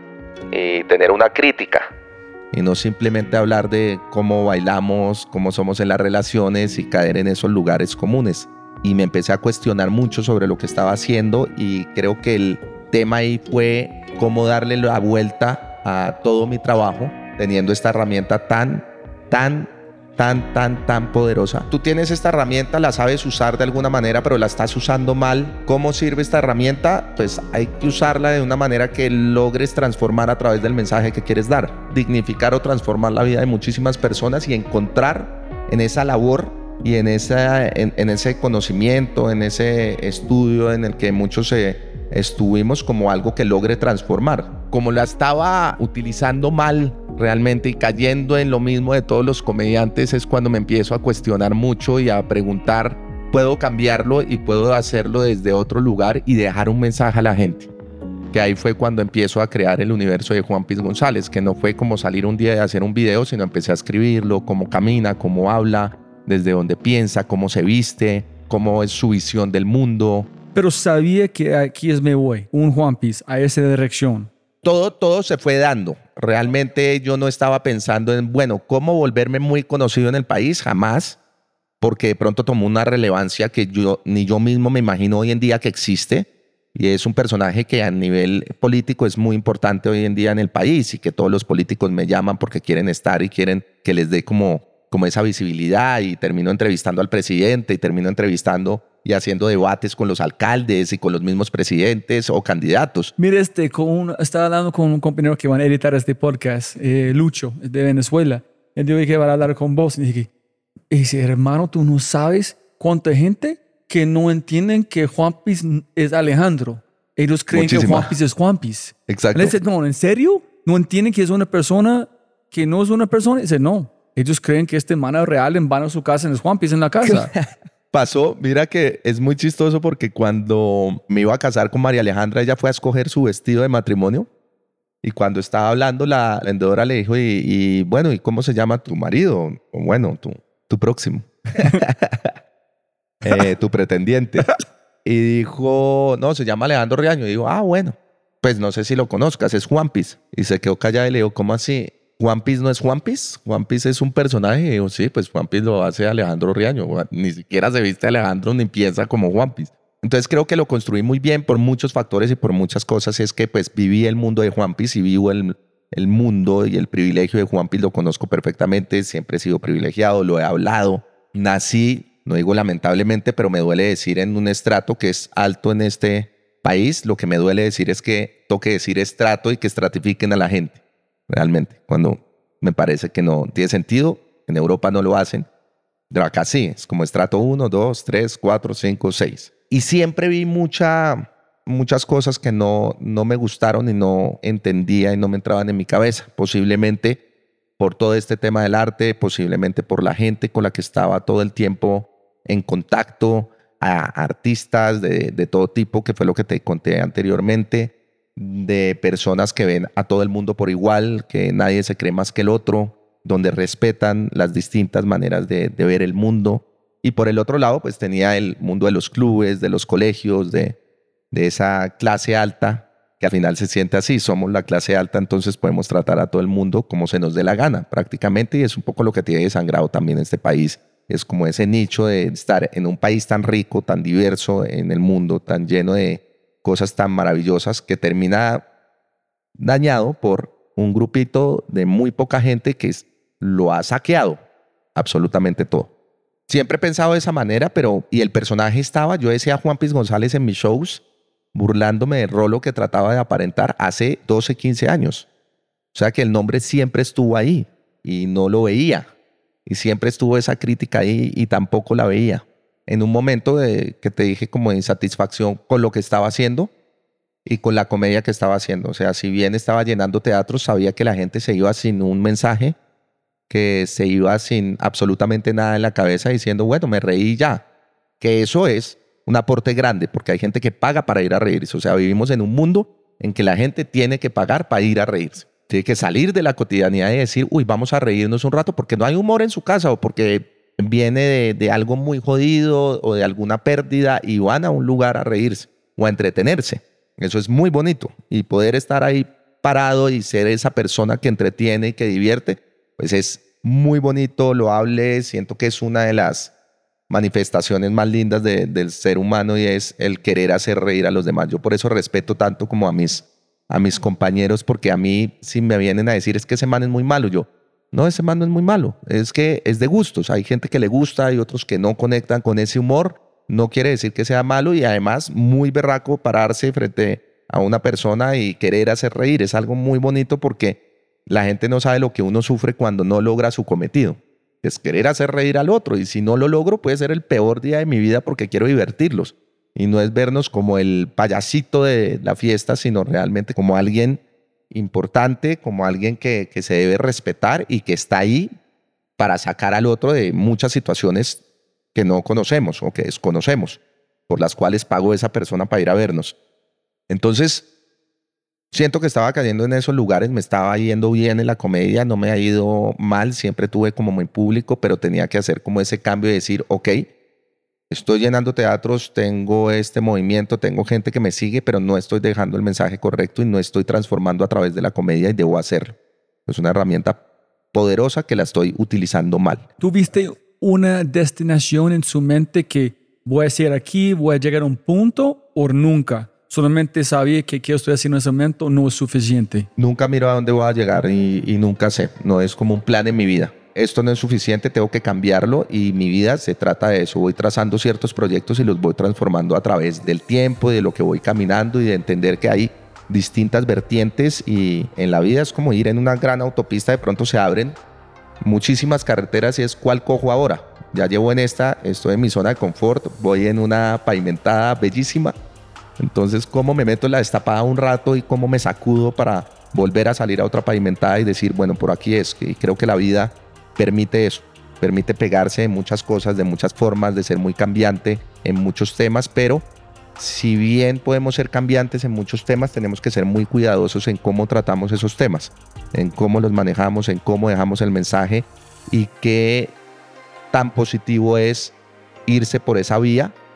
y tener una crítica. Y no simplemente hablar de cómo bailamos, cómo somos en las relaciones y caer en esos lugares comunes. Y me empecé a cuestionar mucho sobre lo que estaba haciendo y creo que el tema ahí fue cómo darle la vuelta a todo mi trabajo teniendo esta herramienta tan, tan, tan, tan, tan poderosa. Tú tienes esta herramienta, la sabes usar de alguna manera, pero la estás usando mal. ¿Cómo sirve esta herramienta? Pues hay que usarla de una manera que logres transformar a través del mensaje que quieres dar, dignificar o transformar la vida de muchísimas personas y encontrar en esa labor y en, esa, en, en ese conocimiento, en ese estudio en el que muchos eh, estuvimos, como algo que logre transformar. Como la estaba utilizando mal realmente y cayendo en lo mismo de todos los comediantes, es cuando me empiezo a cuestionar mucho y a preguntar, ¿puedo cambiarlo y puedo hacerlo desde otro lugar y dejar un mensaje a la gente? Que ahí fue cuando empiezo a crear el universo de Juanpis González, que no fue como salir un día de hacer un video, sino empecé a escribirlo, cómo camina, cómo habla, desde dónde piensa, cómo se viste, cómo es su visión del mundo. Pero sabía que aquí es me voy, un Juanpis, a esa dirección. Todo, todo se fue dando. Realmente yo no estaba pensando en, bueno, cómo volverme muy conocido en el país, jamás, porque de pronto tomó una relevancia que yo ni yo mismo me imagino hoy en día que existe, y es un personaje que a nivel político es muy importante hoy en día en el país y que todos los políticos me llaman porque quieren estar y quieren que les dé como, como esa visibilidad, y termino entrevistando al presidente y termino entrevistando y haciendo debates con los alcaldes y con los mismos presidentes o candidatos. Mire, este, con un, estaba hablando con un compañero que van a editar este podcast, eh, Lucho, de Venezuela. Él dijo que va a hablar con vos. Y dije, ese hermano, tú no sabes cuánta gente que no entienden que Juanpis es Alejandro. Ellos creen Muchísima. que Juanpis es Juanpis. Exacto. Él dice, no, ¿en serio? ¿No entienden que es una persona que no es una persona? Y dice, no. Ellos creen que este man es real, en van a su casa, en es Juanpis en la casa. Pasó, mira que es muy chistoso porque cuando me iba a casar con María Alejandra, ella fue a escoger su vestido de matrimonio y cuando estaba hablando la vendedora le dijo, y, y bueno, ¿y cómo se llama tu marido? O bueno, tu, tu próximo. eh, tu pretendiente. Y dijo, no, se llama Alejandro Riaño. Y dijo, ah, bueno. pues no sé si lo conozcas, es One Piece. Y se quedó callado y le digo, ¿cómo así? ¿One Piece no es One Piece? ¿One Piece es un personaje? Y digo, sí, pues One Piece lo hace Alejandro Riaño. Ni siquiera se viste Alejandro ni piensa como One Piece. Entonces creo que lo construí muy bien por muchos factores y por muchas cosas. Es que pues viví el mundo de One Piece y vivo el, el mundo y el privilegio de One Piece. Lo conozco perfectamente, siempre he sido privilegiado, lo he hablado. Nací, no digo lamentablemente, pero me duele decir en un estrato que es alto en este país. Lo que me duele decir es que toque decir estrato y que estratifiquen a la gente. Realmente, cuando me parece que no tiene sentido, en Europa no lo hacen, pero acá sí, es como estrato uno, dos, tres, cuatro, cinco, seis. Y siempre vi mucha, muchas cosas que no, no me gustaron y no entendía y no me entraban en mi cabeza, posiblemente por todo este tema del arte, posiblemente por la gente con la que estaba todo el tiempo en contacto, a artistas de, de todo tipo, que fue lo que te conté anteriormente, de personas que ven a todo el mundo por igual, que nadie se cree más que el otro, donde respetan las distintas maneras de, de ver el mundo. Y por el otro lado, pues tenía el mundo de los clubes, de los colegios, de, de esa clase alta, que al final se siente así, somos la clase alta, entonces podemos tratar a todo el mundo como se nos dé la gana, prácticamente, y es un poco lo que tiene desangrado también este país. Es como ese nicho de estar en un país tan rico, tan diverso en el mundo, tan lleno de cosas tan maravillosas, que termina dañado por un grupito de muy poca gente que lo ha saqueado absolutamente todo. Siempre he pensado de esa manera, pero y el personaje estaba, yo decía Juan Piz González en mis shows, burlándome del rolo que trataba de aparentar hace doce, quince años. O sea que el nombre siempre estuvo ahí y no lo veía. Y siempre estuvo esa crítica ahí y tampoco la veía. En un momento de, que te dije como de insatisfacción con lo que estaba haciendo y con la comedia que estaba haciendo. O sea, si bien estaba llenando teatros, sabía que la gente se iba sin un mensaje, que se iba sin absolutamente nada en la cabeza diciendo, bueno, me reí ya. Que eso es un aporte grande, porque hay gente que paga para ir a reírse. O sea, vivimos en un mundo en que la gente tiene que pagar para ir a reírse. Tiene que salir de la cotidianidad y decir, uy, vamos a reírnos un rato porque no hay humor en su casa o porque viene de, de algo muy jodido o de alguna pérdida y van a un lugar a reírse o a entretenerse. Eso es muy bonito. Y poder estar ahí parado y ser esa persona que entretiene y que divierte, pues es muy bonito, loable. Siento que es una de las manifestaciones más lindas de, del ser humano y es el querer hacer reír a los demás. Yo por eso respeto tanto como a mis, a mis compañeros, porque a mí si me vienen a decir es que ese man es muy malo, yo no, ese man no es muy malo, es que es de gustos. Hay gente que le gusta y otros que no conectan con ese humor. No quiere decir que sea malo y además muy berraco pararse frente a una persona y querer hacer reír. Es algo muy bonito porque la gente no sabe lo que uno sufre cuando no logra su cometido. Es querer hacer reír al otro y si no lo logro puede ser el peor día de mi vida porque quiero divertirlos. Y no es vernos como el payasito de la fiesta, sino realmente como alguien importante, como alguien que, que se debe respetar y que está ahí para sacar al otro de muchas situaciones que no conocemos o que desconocemos, por las cuales pago a esa persona para ir a vernos. Entonces, siento que estaba cayendo en esos lugares, me estaba yendo bien en la comedia, no me ha ido mal, siempre tuve como muy público, pero tenía que hacer como ese cambio de decir, ok, estoy llenando teatros, tengo este movimiento, tengo gente que me sigue, pero no estoy dejando el mensaje correcto y no estoy transformando a través de la comedia y debo hacerlo. Es una herramienta poderosa que la estoy utilizando mal. ¿Tuviste una destinación en su mente que voy a ser aquí, voy a llegar a un punto o nunca? Solamente sabía que qué estoy haciendo en ese momento no es suficiente. Nunca miro a dónde voy a llegar y, y nunca sé. No es como un plan en mi vida. Esto no es suficiente, tengo que cambiarlo y mi vida se trata de eso. Voy trazando ciertos proyectos y los voy transformando a través del tiempo, de lo que voy caminando y de entender que hay distintas vertientes y en la vida es como ir en una gran autopista, de pronto se abren muchísimas carreteras y es ¿cuál cojo ahora? Ya llevo en esta, estoy en mi zona de confort, voy en una pavimentada bellísima, entonces ¿cómo me meto en la destapada un rato y cómo me sacudo para volver a salir a otra pavimentada y decir, bueno, por aquí es? Y creo que la vida permite eso, permite pegarse de muchas cosas, de muchas formas, de ser muy cambiante en muchos temas, pero si bien podemos ser cambiantes en muchos temas, tenemos que ser muy cuidadosos en cómo tratamos esos temas, en cómo los manejamos, en cómo dejamos el mensaje y qué tan positivo es irse por esa vía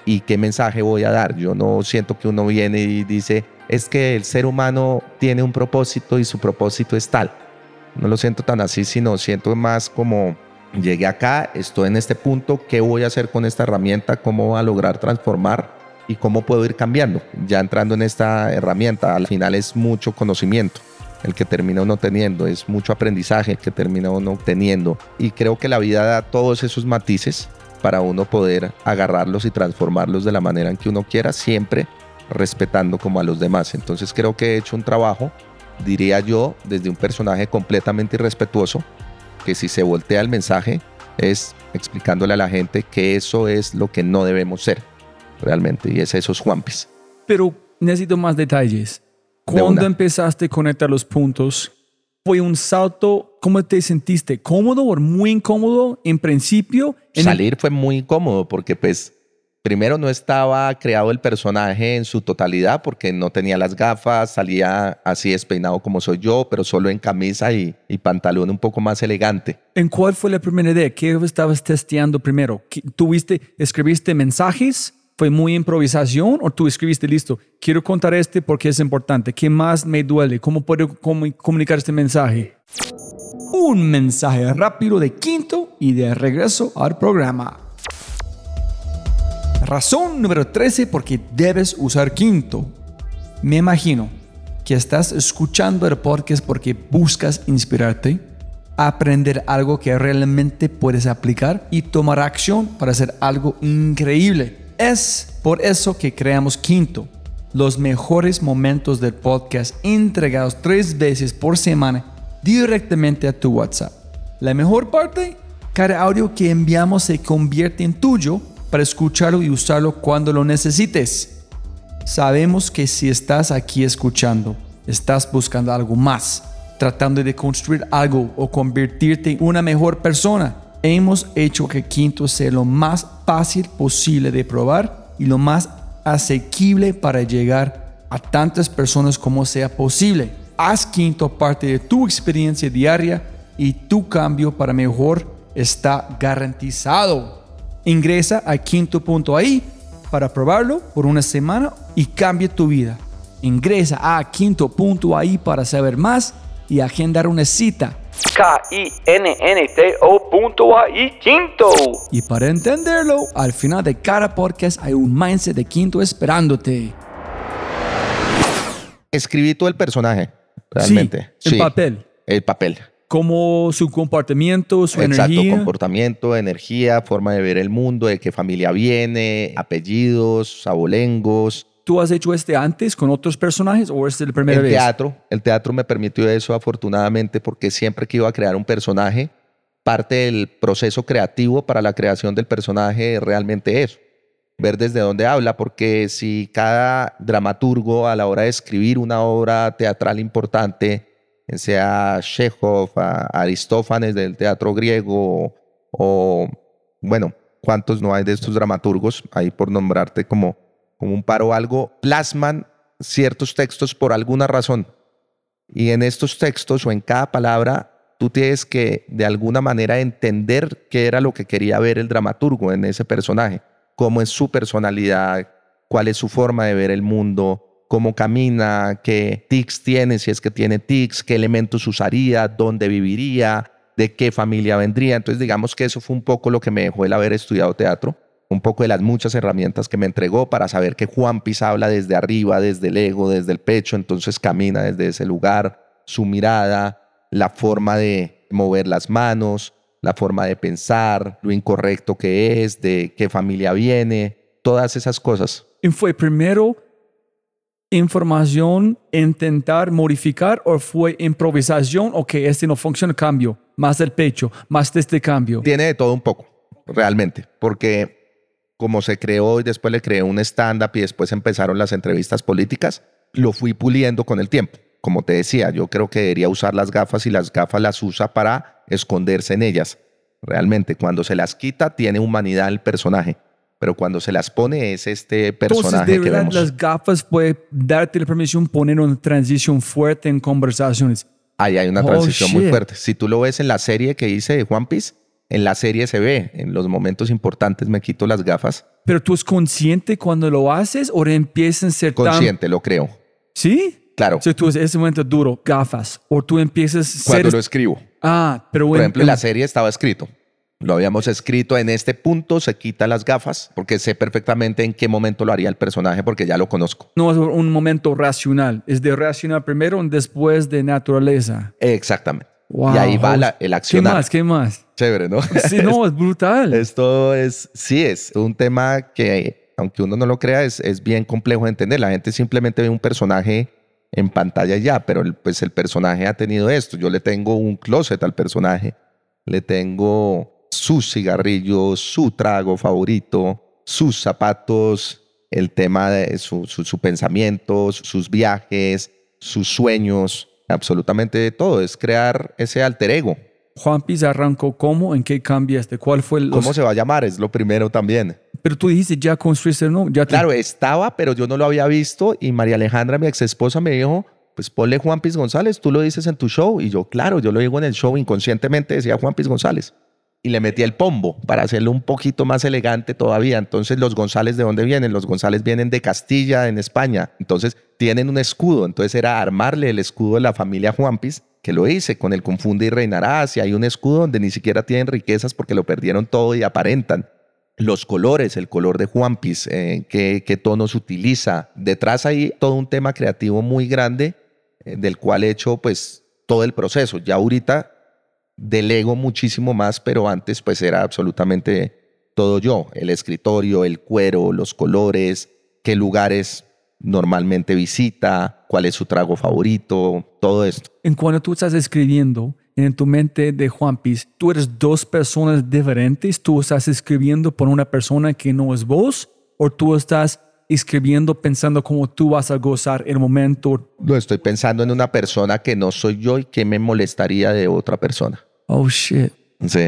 ¿Y qué mensaje voy a dar? Yo no siento que uno viene y dice, es que el ser humano tiene un propósito y su propósito es tal. No lo siento tan así, sino siento más como, llegué acá, estoy en este punto, ¿qué voy a hacer con esta herramienta? ¿Cómo voy a lograr transformar? ¿Y cómo puedo ir cambiando? Ya entrando en esta herramienta, al final es mucho conocimiento el que termina uno teniendo, es mucho aprendizaje el que termina uno teniendo. Y creo que la vida da todos esos matices para uno poder agarrarlos y transformarlos de la manera en que uno quiera, siempre respetando como a los demás. Entonces creo que he hecho un trabajo, diría yo, desde un personaje completamente irrespetuoso, que si se voltea el mensaje es explicándole a la gente que eso es lo que no debemos ser realmente, y es esos Juanpis. Pero necesito más detalles. ¿Cuándo empezaste a conectar los puntos? ¿Fue un salto? ¿Cómo te sentiste? ¿Cómodo o muy incómodo en principio? En Salir el... fue muy incómodo porque pues primero no estaba creado el personaje en su totalidad porque no tenía las gafas, salía así despeinado como soy yo, pero solo en camisa y, y pantalón un poco más elegante. ¿En cuál fue la primera idea? ¿Qué estabas testeando primero? ¿Tuviste, escribiste mensajes? ¿Fue muy improvisación o tú escribiste, listo, quiero contar este porque es importante? ¿Qué más me duele? ¿Cómo puedo comunicar este mensaje? Un mensaje rápido de Quinto y de regreso al programa. Razón número trece por qué debes usar Quinto. Me imagino que estás escuchando el podcast porque buscas inspirarte, aprender algo que realmente puedes aplicar y tomar acción para hacer algo increíble. Es por eso que creamos Quinto, los mejores momentos del podcast entregados tres veces por semana directamente a tu WhatsApp. La mejor parte, cada audio que enviamos se convierte en tuyo para escucharlo y usarlo cuando lo necesites. Sabemos que si estás aquí escuchando, estás buscando algo más, tratando de construir algo o convertirte en una mejor persona. Hemos hecho que Quinto sea lo más fácil posible de probar y lo más asequible para llegar a tantas personas como sea posible. Haz Quinto parte de tu experiencia diaria y tu cambio para mejor está garantizado. Ingresa a quinto punto a i para probarlo por una semana y cambie tu vida. Ingresa a quinto punto a i para saber más y agendar una cita. K I N N T O punto A I Quinto. Y para entenderlo, al final de cada podcast hay un mindset de Quinto esperándote. Escribí todo el personaje, realmente. Sí, el sí, papel. El papel. Como su comportamiento, su Exacto, energía. Exacto, comportamiento, energía, forma de ver el mundo, de qué familia viene, apellidos, abolengos. ¿Tú has hecho este antes con otros personajes o es la primera el vez? Teatro, el teatro me permitió eso afortunadamente porque siempre que iba a crear un personaje, parte del proceso creativo para la creación del personaje es realmente eso. Ver desde dónde habla, porque si cada dramaturgo a la hora de escribir una obra teatral importante, sea Chekhov, Aristófanes del teatro griego o, bueno, cuántos no hay de estos dramaturgos, ahí por nombrarte como, como un par o algo, plasman ciertos textos por alguna razón. Y en estos textos o en cada palabra, tú tienes que de alguna manera entender qué era lo que quería ver el dramaturgo en ese personaje, cómo es su personalidad, cuál es su forma de ver el mundo, cómo camina, qué tics tiene, si es que tiene tics, qué elementos usaría, dónde viviría, de qué familia vendría. Entonces digamos que eso fue un poco lo que me dejó el haber estudiado teatro, un poco de las muchas herramientas que me entregó para saber que Juanpis habla desde arriba, desde el ego, desde el pecho, entonces camina desde ese lugar, su mirada, la forma de mover las manos, la forma de pensar, lo incorrecto que es, de qué familia viene, todas esas cosas. ¿Y fue primero información, intentar modificar o fue improvisación? Ok, este no funciona, cambio, más del pecho, más de este cambio. Tiene de todo un poco, realmente, porque como se creó y después le creé un stand-up y después empezaron las entrevistas políticas, lo fui puliendo con el tiempo. Como te decía, yo creo que debería usar las gafas y las gafas las usa para esconderse en ellas. Realmente, cuando se las quita, tiene humanidad el personaje. Pero cuando se las pone, es este personaje. Entonces, de que verdad, vemos. las gafas puede darte la permisión poner una transición fuerte en conversaciones. Ahí hay una Oh, transición shit. muy fuerte. Si tú lo ves en la serie que hice de Juanpis, En la serie se ve, en los momentos importantes me quito las gafas. ¿Pero tú es consciente cuando lo haces o empiezas a ser Consciente, tan... lo creo. ¿Sí? Claro. O sea, tú en ese momento duro, gafas, o tú empiezas a Cuando ser... lo escribo. Ah, pero... Por en- ejemplo, en la serie estaba escrito. Lo habíamos escrito en este punto, se quita las gafas, porque sé perfectamente en qué momento lo haría el personaje, porque ya lo conozco. No es un momento racional, es de racional primero y después de naturaleza. Exactamente. Wow. Y ahí va la, el ¿Qué accionar. más? ¿Qué más? Chévere, ¿no? Sí, no, es brutal. Esto es, sí, es un tema que, aunque uno no lo crea, es, es bien complejo de entender. La gente simplemente ve un personaje en pantalla y ya, pero el, pues el personaje ha tenido esto. Yo le tengo un closet al personaje, le tengo sus cigarrillos, su trago favorito, sus zapatos, el tema de su, su, su pensamiento, sus viajes, sus sueños, absolutamente todo. Es crear ese alter ego. Juanpis arrancó ¿cómo? ¿En qué cambiaste? ¿Cuál fue el...? los- ¿Cómo se va a llamar? Es lo primero también. Pero tú dijiste ya construiste, ¿no? Ya te- Claro, estaba, pero yo no lo había visto y María Alejandra, mi ex esposa, me dijo, pues ponle Juanpis González, tú lo dices en tu show. Y yo, claro, yo lo digo en el show, inconscientemente decía Juanpis González. Y le metí el pombo para hacerlo un poquito más elegante todavía. Entonces, los González, ¿de dónde vienen? Los González vienen de Castilla, en España. Entonces, tienen un escudo. Entonces, era armarle el escudo de la familia Juanpis, que lo hice con el Confunde y Reinarás. Y hay un escudo donde ni siquiera tienen riquezas porque lo perdieron todo y aparentan. Los colores, el color de Juanpis, eh, qué, qué tonos utiliza. Detrás hay todo un tema creativo muy grande eh, del cual he hecho pues todo el proceso. Ya ahorita delego muchísimo más, pero antes pues era absolutamente todo yo. El escritorio, el cuero, los colores, qué lugares normalmente visita, cuál es su trago favorito, todo esto. En cuando tú estás escribiendo en tu mente de Juanpis, tú eres dos personas diferentes. Tú estás escribiendo por una persona que no es vos, o tú estás escribiendo pensando cómo tú vas a gozar el momento. Lo estoy pensando en una persona que no soy yo y que me molestaría de otra persona. Oh, shit. Sí.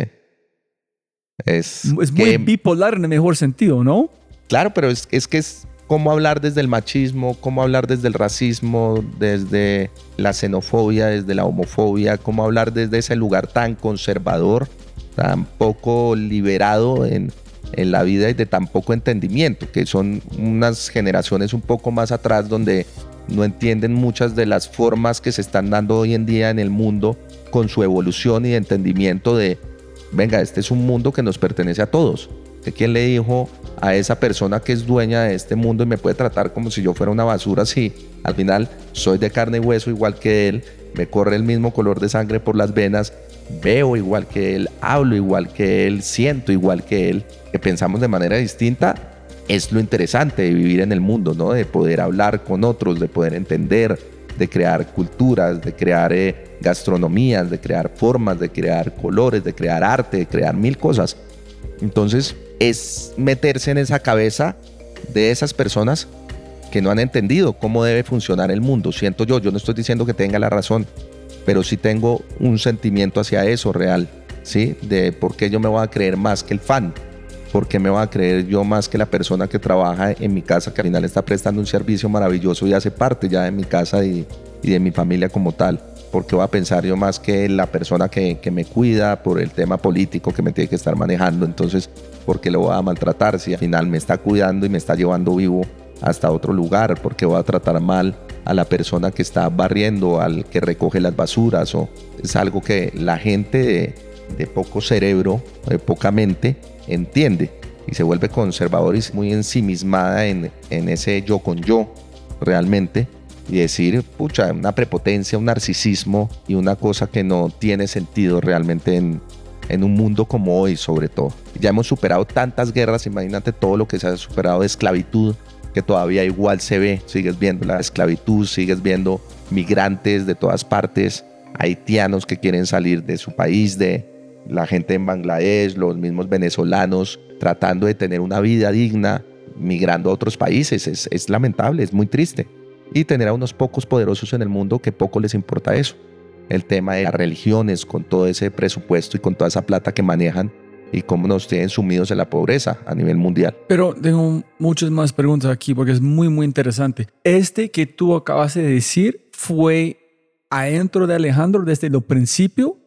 Es, Es que, muy bipolar en el mejor sentido, ¿no? claro, pero es, es que es cómo hablar desde el machismo, cómo hablar desde el racismo, desde la xenofobia, desde la homofobia, cómo hablar desde ese lugar tan conservador, tan poco liberado en, en la vida y de tan poco entendimiento, que son unas generaciones un poco más atrás donde no entienden muchas de las formas que se están dando hoy en día en el mundo con su evolución y de entendimiento de, venga, este es un mundo que nos pertenece a todos. ¿De quién le dijo a esa persona que es dueña de este mundo y me puede tratar como si yo fuera una basura? Si al final soy de carne y hueso igual que él, me corre el mismo color de sangre por las venas, veo igual que él, hablo igual que él, siento igual que él, que pensamos de manera distinta. Es lo interesante de vivir en el mundo, ¿no? De poder hablar con otros, de poder entender, de crear culturas, de crear eh, gastronomías, de crear formas, de crear colores, de crear arte, de crear mil cosas. Entonces es meterse en esa cabeza de esas personas que no han entendido cómo debe funcionar el mundo. Siento yo, yo no estoy diciendo que tenga la razón, pero sí tengo un sentimiento hacia eso real, ¿sí? De por qué yo me voy a creer más que el fan, por qué me voy a creer yo más que la persona que trabaja en mi casa, que al final está prestando un servicio maravilloso y hace parte ya de mi casa y, y de mi familia como tal. ¿Por qué voy a pensar yo más que la persona que, que me cuida por el tema político que me tiene que estar manejando? Entonces, ¿por qué lo voy a maltratar si al final me está cuidando y me está llevando vivo hasta otro lugar? ¿Por qué voy a tratar mal a la persona que está barriendo, al que recoge las basuras? O es algo que la gente de, de poco cerebro, de poca mente, entiende y se vuelve conservador y muy ensimismada en, en ese yo con yo realmente. Y decir, pucha, una prepotencia, un narcisismo y una cosa que no tiene sentido realmente en, en un mundo como hoy, sobre todo. Ya hemos superado tantas guerras, imagínate todo lo que se ha superado de esclavitud, que todavía igual se ve, sigues viendo la esclavitud, sigues viendo migrantes de todas partes, haitianos que quieren salir de su país, de la gente en Bangladesh, los mismos venezolanos tratando de tener una vida digna, migrando a otros países. Es, es lamentable, es muy triste. Y tener a unos pocos poderosos en el mundo que poco les importa eso. El tema de las religiones con todo ese presupuesto y con toda esa plata que manejan y cómo nos tienen sumidos en la pobreza a nivel mundial. Pero tengo muchas más preguntas aquí porque es muy, muy interesante. Este que tú acabas de decir fue adentro de Alejandro desde el principio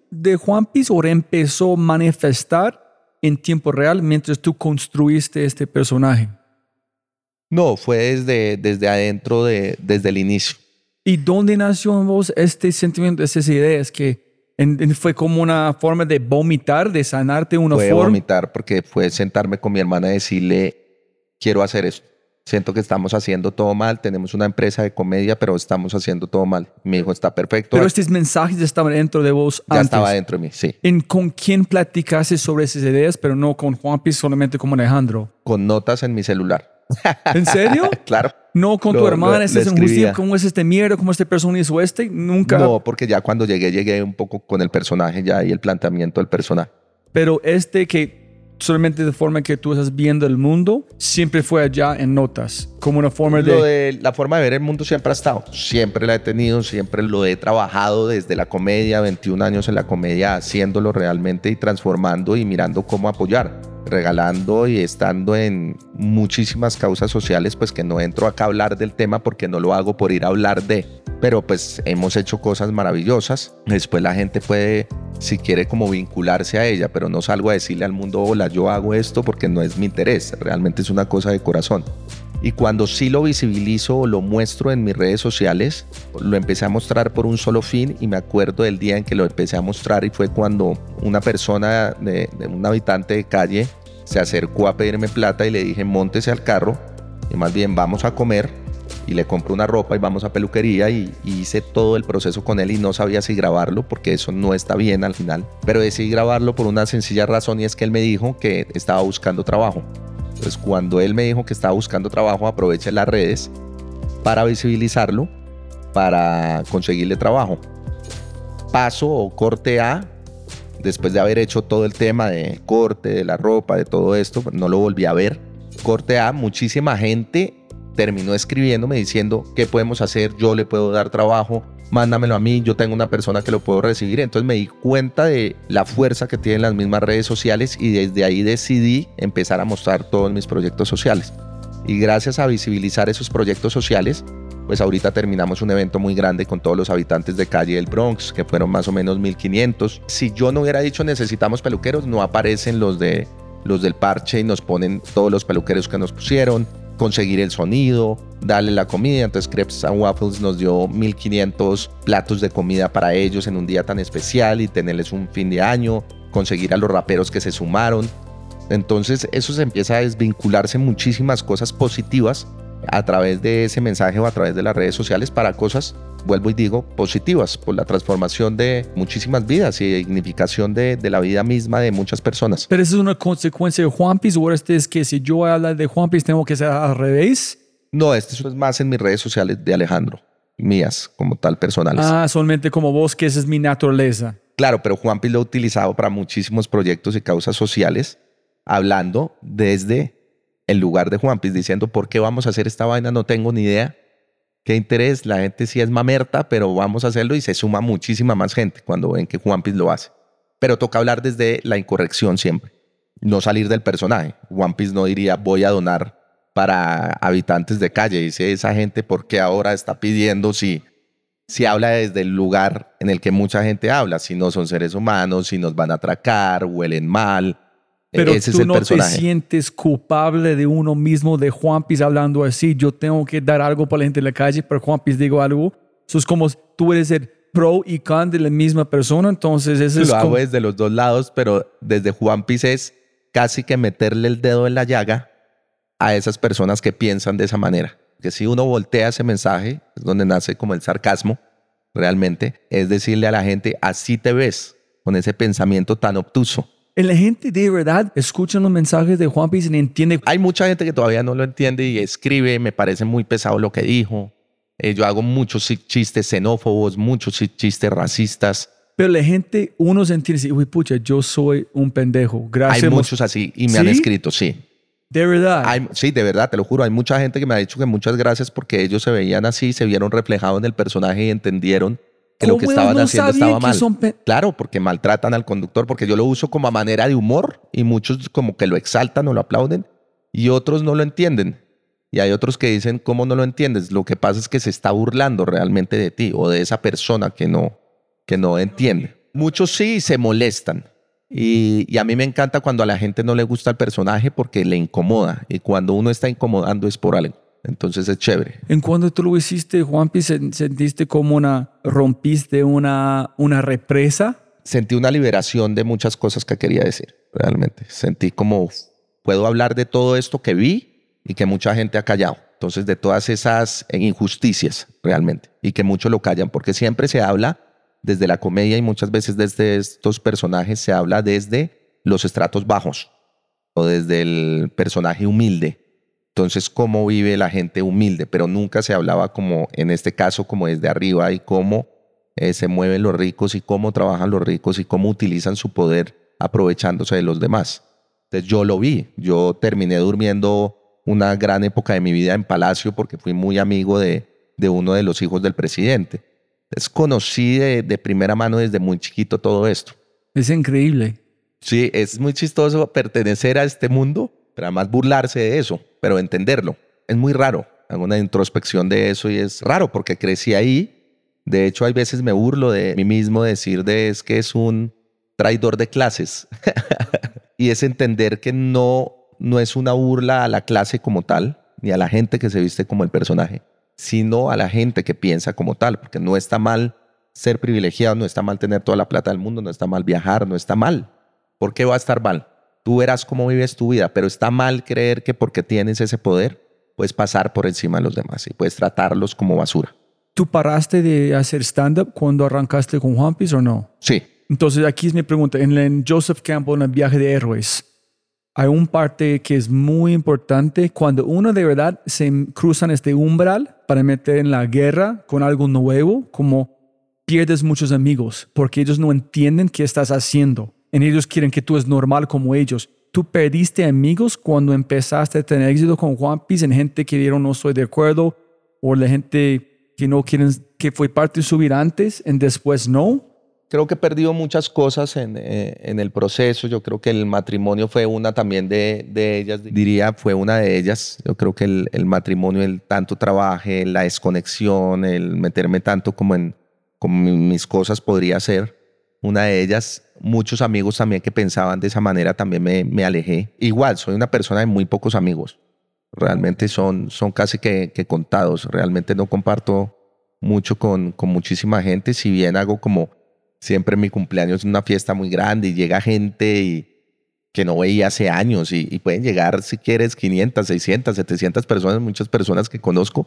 de Juan Piz o empezó a manifestar en tiempo real mientras tú construiste este personaje? No, fue desde, desde adentro, de, desde el inicio. ¿Y dónde nació en vos este sentimiento, esas ideas que en, en, fue como una forma de vomitar, de sanarte de una fue forma? Fue vomitar porque fue sentarme con mi hermana y decirle, quiero hacer esto. Siento que estamos haciendo todo mal, tenemos una empresa de comedia, pero estamos haciendo todo mal. Mi hijo está perfecto. Pero estos mensajes estaban dentro de vos ya antes. Ya estaba dentro de mí, sí. ¿En con quién platicaste sobre esas ideas, pero no con Juan Piz, solamente con Alejandro? Con notas en mi celular. ¿En serio? Claro. No con lo, tu hermana, estás en justicia, ¿cómo es este mierda? ¿Cómo esta persona hizo este? Nunca. No, porque ya cuando llegué, llegué un poco con el personaje ya y el planteamiento del personaje. Pero este que solamente de forma que tú estás viendo el mundo, siempre fue allá en notas, como una forma de... Lo de la forma de ver el mundo siempre ha estado, siempre la he tenido, siempre lo he trabajado desde la comedia, veintiún años en la comedia, haciéndolo realmente y transformando y mirando cómo apoyar, regalando y estando en muchísimas causas sociales, pues que no entro acá a hablar del tema porque no lo hago por ir a hablar de, pero pues hemos hecho cosas maravillosas. Después la gente puede, si quiere, como vincularse a ella, pero no salgo a decirle al mundo, hola, yo hago esto, porque no es mi interés, realmente es una cosa de corazón. Y cuando sí lo visibilizo o lo muestro en mis redes sociales, lo empecé a mostrar por un solo fin, y me acuerdo del día en que lo empecé a mostrar, y fue cuando una persona, de, de un habitante de calle, se acercó a pedirme plata y le dije, móntese al carro y más bien vamos a comer, y le compro una ropa y vamos a peluquería, y, y hice todo el proceso con él, y no sabía si grabarlo porque eso no está bien al final, pero decidí grabarlo por una sencilla razón, y es que él me dijo que estaba buscando trabajo. Entonces cuando él me dijo que estaba buscando trabajo, aproveché las redes para visibilizarlo, para conseguirle trabajo. Paso o corte A, después de haber hecho todo el tema de corte, de la ropa, de todo esto, no lo volví a ver. Corte A, muchísima gente terminó escribiéndome diciendo, ¿qué podemos hacer? Yo le puedo dar trabajo, mándamelo a mí, yo tengo una persona que lo puedo recibir. Entonces me di cuenta de la fuerza que tienen las mismas redes sociales, y desde ahí decidí empezar a mostrar todos mis proyectos sociales. Y gracias a visibilizar esos proyectos sociales, pues ahorita terminamos un evento muy grande con todos los habitantes de calle del Bronx, que fueron más o menos mil quinientos. Si yo no hubiera dicho necesitamos peluqueros, no aparecen los, de, los del parche y nos ponen todos los peluqueros que nos pusieron. Conseguir el sonido, darle la comida. Entonces Crepes and Waffles nos dio mil quinientos platos de comida para ellos en un día tan especial y tenerles un fin de año, conseguir a los raperos que se sumaron. Entonces eso se empieza a desvincularse muchísimas cosas positivas a través de ese mensaje o a través de las redes sociales para cosas, vuelvo y digo, positivas, por la transformación de muchísimas vidas y dignificación de, de la vida misma de muchas personas. Pero eso es una consecuencia de Juan Piz, o este es que si yo hablo de Juan Piz tengo que ser al revés. No, esto es más en mis redes sociales de Alejandro, mías como tal, personales. Ah, solamente como vos, que esa es mi naturaleza. Claro, pero Juan Piz lo ha utilizado para muchísimos proyectos y causas sociales, hablando desde el lugar de Juan Piz, diciendo, ¿por qué vamos a hacer esta vaina? No tengo ni idea. ¿Qué interés? La gente sí es mamerta, pero vamos a hacerlo, y se suma muchísima más gente cuando ven que Juan Piz lo hace. Pero toca hablar desde la incorrección siempre, no salir del personaje. Juan Piz no diría, voy a donar para habitantes de calle. Dice, esa gente, ¿por qué ahora está pidiendo si, si habla desde el lugar en el que mucha gente habla? Si no son seres humanos, si nos van a atracar, huelen mal. Pero ese tú es el no personaje. Te sientes culpable de uno mismo, de Juan Piz hablando así, yo tengo que dar algo para la gente de la calle, pero Juan Piz digo algo. Eso es como tú eres el pro y con de la misma persona, entonces eso es lo hago como... desde los dos lados, pero desde Juan Piz es casi que meterle el dedo en la llaga a esas personas que piensan de esa manera. Que si uno voltea ese mensaje, es donde nace como el sarcasmo, realmente, es decirle a la gente, así te ves, con ese pensamiento tan obtuso. La gente de verdad escucha los mensajes de Juan Piz y entiende. Hay mucha gente que todavía no lo entiende y escribe, me parece muy pesado lo que dijo. Eh, yo hago muchos chistes xenófobos, muchos chistes racistas. Pero la gente, uno se entiende y dice, uy, pucha, yo soy un pendejo. Gracias. Hay muchos así y me ¿Sí? han escrito, sí. ¿De verdad? Hay, sí, de verdad, te lo juro. Hay mucha gente que me ha dicho que muchas gracias porque ellos se veían así, se vieron reflejados en el personaje y entendieron que lo que estaban no haciendo estaba mal. Pe- claro, porque maltratan al conductor, porque yo lo uso como a manera de humor y muchos como que lo exaltan o lo aplauden y otros no lo entienden. Y hay otros que dicen, ¿cómo no lo entiendes? Lo que pasa es que se está burlando realmente de ti o de esa persona que no, que no entiende. Muchos sí se molestan. Y, y a mí me encanta cuando a la gente no le gusta el personaje porque le incomoda. Y cuando uno está incomodando es por algo. Entonces es chévere. En cuando tú lo hiciste, Juanpi, ¿sentiste como una, rompiste una, una represa? Sentí una liberación de muchas cosas que quería decir, realmente. Sentí como, puedo hablar de todo esto que vi y que mucha gente ha callado. Entonces, de todas esas injusticias, realmente. Y que muchos lo callan, porque siempre se habla desde la comedia y muchas veces desde estos personajes se habla desde los estratos bajos o desde el personaje humilde. Entonces, cómo vive la gente humilde, pero nunca se hablaba como, en este caso, como desde arriba y cómo eh, se mueven los ricos y cómo trabajan los ricos y cómo utilizan su poder aprovechándose de los demás. Entonces, yo lo vi. Yo terminé durmiendo una gran época de mi vida en Palacio porque fui muy amigo de, de uno de los hijos del presidente. Entonces, conocí de, de primera mano desde muy chiquito todo esto. Es increíble. Sí, es muy chistoso pertenecer a este mundo, pero además burlarse de eso, pero entenderlo. Es muy raro. Hago una introspección de eso y es raro porque crecí ahí. De hecho, hay veces me burlo de mí mismo decir de es que es un traidor de clases. Y es entender que no, no es una burla a la clase como tal, ni a la gente que se viste como el personaje, sino a la gente que piensa como tal, porque no está mal ser privilegiado, no está mal tener toda la plata del mundo, no está mal viajar, no está mal. ¿Por qué va a estar mal? Tú verás cómo vives tu vida, pero está mal creer que porque tienes ese poder puedes pasar por encima de los demás y puedes tratarlos como basura. ¿Tú paraste de hacer stand-up cuando arrancaste con Juanpis o no? Sí. Entonces aquí es mi pregunta. En, en Joseph Campbell, en el viaje de héroes, hay un parte que es muy importante cuando uno de verdad se cruzan este umbral para meter en la guerra con algo nuevo, como pierdes muchos amigos porque ellos no entienden qué estás haciendo. Y ellos quieren que tú es normal como ellos. ¿Tú perdiste amigos cuando empezaste a tener éxito con Juanpis en gente que dieron no estoy de acuerdo o la gente que no quieren, que fue parte de su vida antes y después no? Creo que he perdido muchas cosas en, eh, en el proceso. Yo creo que el matrimonio fue una también de, de ellas. Diría, fue una de ellas. Yo creo que el, el matrimonio, el tanto trabaje, la desconexión, el meterme tanto como en como mis cosas podría ser una de ellas. Muchos amigos también que pensaban de esa manera también me, me alejé. Igual, soy una persona de muy pocos amigos. Realmente son, son casi que, que contados. Realmente no comparto mucho con, con muchísima gente. Si bien hago como siempre mi cumpleaños es una fiesta muy grande y llega gente y, que no veía hace años y, y pueden llegar, si quieres, quinientas, seiscientas, setecientas personas, muchas personas que conozco,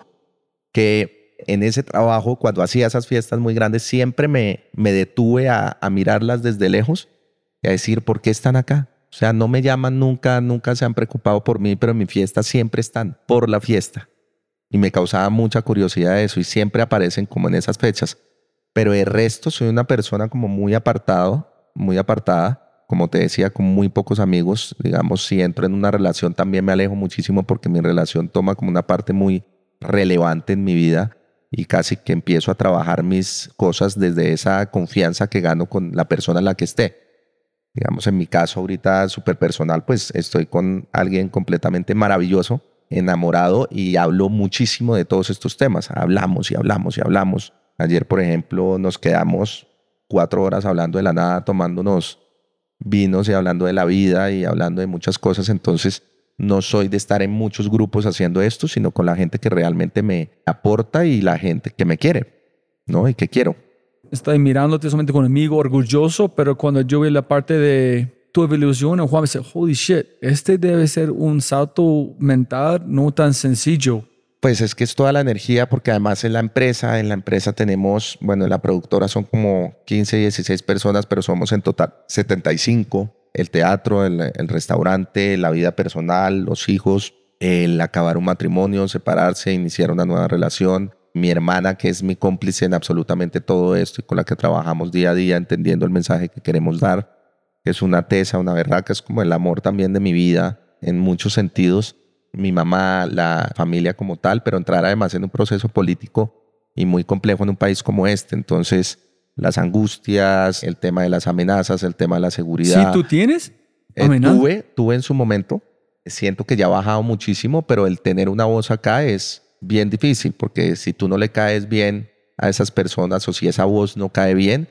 que en ese trabajo, cuando hacía esas fiestas muy grandes, siempre me, me detuve a, a mirarlas desde lejos y a decir, ¿por qué están acá? O sea, no me llaman nunca, nunca se han preocupado por mí, pero en mi fiesta siempre están por la fiesta. Y me causaba mucha curiosidad eso y siempre aparecen como en esas fechas. Pero el resto soy una persona como muy apartado, muy apartada, como te decía, con muy pocos amigos. Digamos, si entro en una relación también me alejo muchísimo porque mi relación toma como una parte muy relevante en mi vida y casi que empiezo a trabajar mis cosas desde esa confianza que gano con la persona en la que esté. Digamos, en mi caso ahorita súper personal, pues estoy con alguien completamente maravilloso, enamorado y hablo muchísimo de todos estos temas. Hablamos y hablamos y hablamos. Ayer, por ejemplo, nos quedamos cuatro horas hablando de la nada, tomándonos vinos y hablando de la vida y hablando de muchas cosas. Entonces, no soy de estar en muchos grupos haciendo esto, sino con la gente que realmente me aporta y la gente que me quiere, ¿no? Y que quiero. Estoy mirándote solamente con un amigo orgulloso, pero cuando yo vi la parte de tu evolución, Juan me dice, holy shit, este debe ser un salto mental no tan sencillo. Pues es que es toda la energía, porque además en la empresa, en la empresa tenemos, bueno, en la productora son como quince, dieciséis personas, pero somos en total setenta y cinco. El teatro, el, el restaurante, la vida personal, los hijos, el acabar un matrimonio, separarse, iniciar una nueva relación. Mi hermana, que es mi cómplice en absolutamente todo esto y con la que trabajamos día a día entendiendo el mensaje que queremos dar, que es una tesa, una berraca, es como el amor también de mi vida en muchos sentidos. Mi mamá, la familia como tal, pero entrar además en un proceso político y muy complejo en un país como este. Entonces, las angustias, el tema de las amenazas, el tema de la seguridad. ¿Sí tú tienes? Eh, tuve, tuve en su momento. Siento que ya ha bajado muchísimo, pero el tener una voz acá es bien difícil, porque si tú no le caes bien a esas personas o si esa voz no cae bien,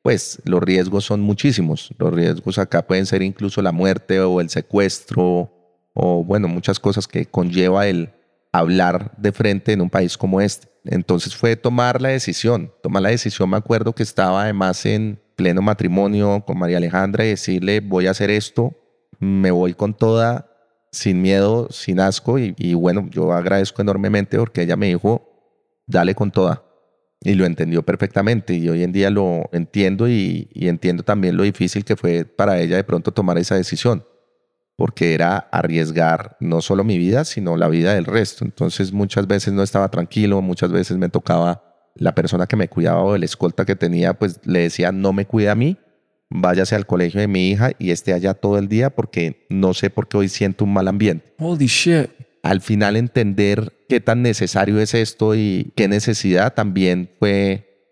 pues los riesgos son muchísimos. Los riesgos acá pueden ser incluso la muerte o el secuestro o bueno, muchas cosas que conlleva el hablar de frente en un país como este. Entonces fue tomar la decisión. Tomar la decisión, me acuerdo que estaba además en pleno matrimonio con María Alejandra y decirle voy a hacer esto, me voy con toda, sin miedo, sin asco y, y bueno, yo agradezco enormemente porque ella me dijo dale con toda y lo entendió perfectamente y hoy en día lo entiendo y, y entiendo también lo difícil que fue para ella de pronto tomar esa decisión porque era arriesgar no solo mi vida sino la vida del resto. Entonces muchas veces no estaba tranquilo, muchas veces me tocaba la persona que me cuidaba o el escolta que tenía, pues le decía, no me cuide a mí, váyase al colegio de mi hija y esté allá todo el día porque no sé por qué hoy siento un mal ambiente. Holy shit. Al final entender qué tan necesario es esto y qué necesidad también fue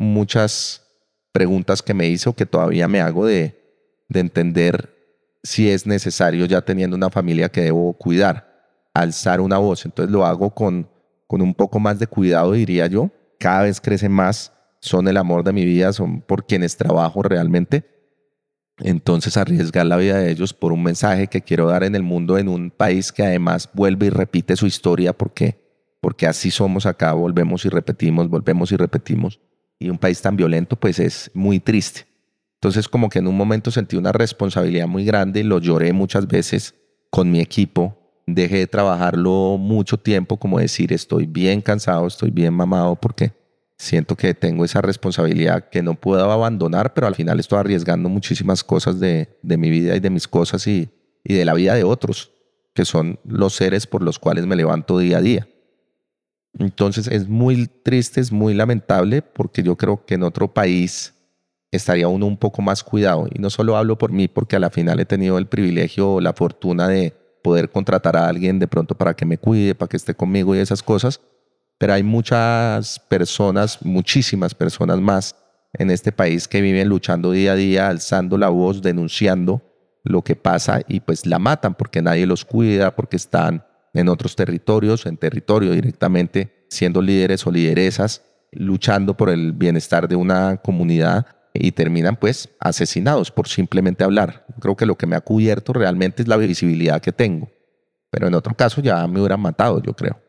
muchas preguntas que me hizo que todavía me hago de, de entender si es necesario ya teniendo una familia que debo cuidar, alzar una voz. Entonces lo hago con, con un poco más de cuidado, diría yo. Cada vez crecen más, son el amor de mi vida, son por quienes trabajo realmente. Entonces arriesgar la vida de ellos por un mensaje que quiero dar en el mundo, en un país que además vuelve y repite su historia porque, porque así somos acá, volvemos y repetimos, volvemos y repetimos. Y un país tan violento pues es muy triste. Entonces como que en un momento sentí una responsabilidad muy grande, lo lloré muchas veces con mi equipo. Dejé de trabajarlo mucho tiempo, como decir, estoy bien cansado, estoy bien mamado, porque siento que tengo esa responsabilidad que no puedo abandonar, pero al final estoy arriesgando muchísimas cosas de, de mi vida y de mis cosas y, y de la vida de otros, que son los seres por los cuales me levanto día a día. Entonces es muy triste, es muy lamentable, porque yo creo que en otro país estaría uno un poco más cuidado. Y no solo hablo por mí, porque a la final he tenido el privilegio o la fortuna de poder contratar a alguien de pronto para que me cuide, para que esté conmigo y esas cosas, pero hay muchas personas, muchísimas personas más en este país que viven luchando día a día, alzando la voz, denunciando lo que pasa y pues la matan porque nadie los cuida, porque están en otros territorios, en territorio directamente, siendo líderes o lideresas, luchando por el bienestar de una comunidad y terminan pues asesinados por simplemente hablar. Creo que lo que me ha cubierto realmente es la visibilidad que tengo, pero en otro caso ya me hubieran matado, yo creo.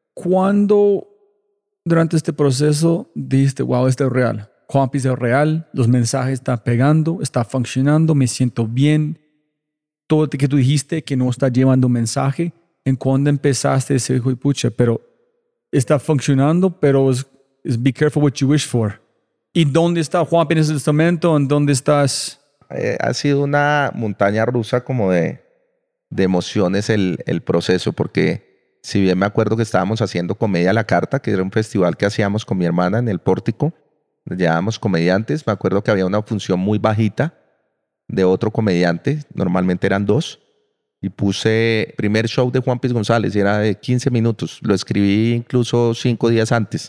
¿Cuándo durante este proceso dijiste, wow, esto es real? Juanpis es real, los mensajes están pegando, está funcionando, me siento bien. Todo lo que tú dijiste que no está llevando mensaje, ¿en cuándo empezaste ese hijo de pucha? Pero está funcionando, pero es, es be careful what you wish for. ¿Y dónde está Juanpi en ese momento? ¿En dónde estás? Eh, ha sido una montaña rusa como de, de emociones el, el proceso, porque si bien me acuerdo que estábamos haciendo Comedia a la Carta, que era un festival que hacíamos con mi hermana en el Pórtico, llevábamos comediantes, me acuerdo que había una función muy bajita de otro comediante, normalmente eran dos, y puse primer show de Juanpis González, y era de quince minutos, lo escribí incluso cinco días antes,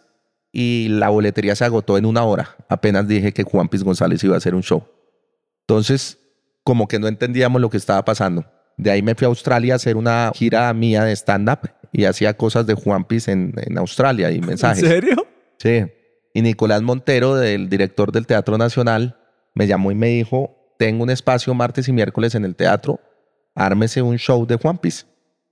y la boletería se agotó en una hora, apenas dije que Juanpis González iba a hacer un show. Entonces, como que no entendíamos lo que estaba pasando. De ahí me fui a Australia a hacer una gira mía de stand-up, y hacía cosas de Juanpis en, en Australia y mensajes. ¿En serio? Sí. Y Nicolás Montero, del director del Teatro Nacional, me llamó y me dijo, tengo un espacio martes y miércoles en el teatro, ármese un show de Juanpis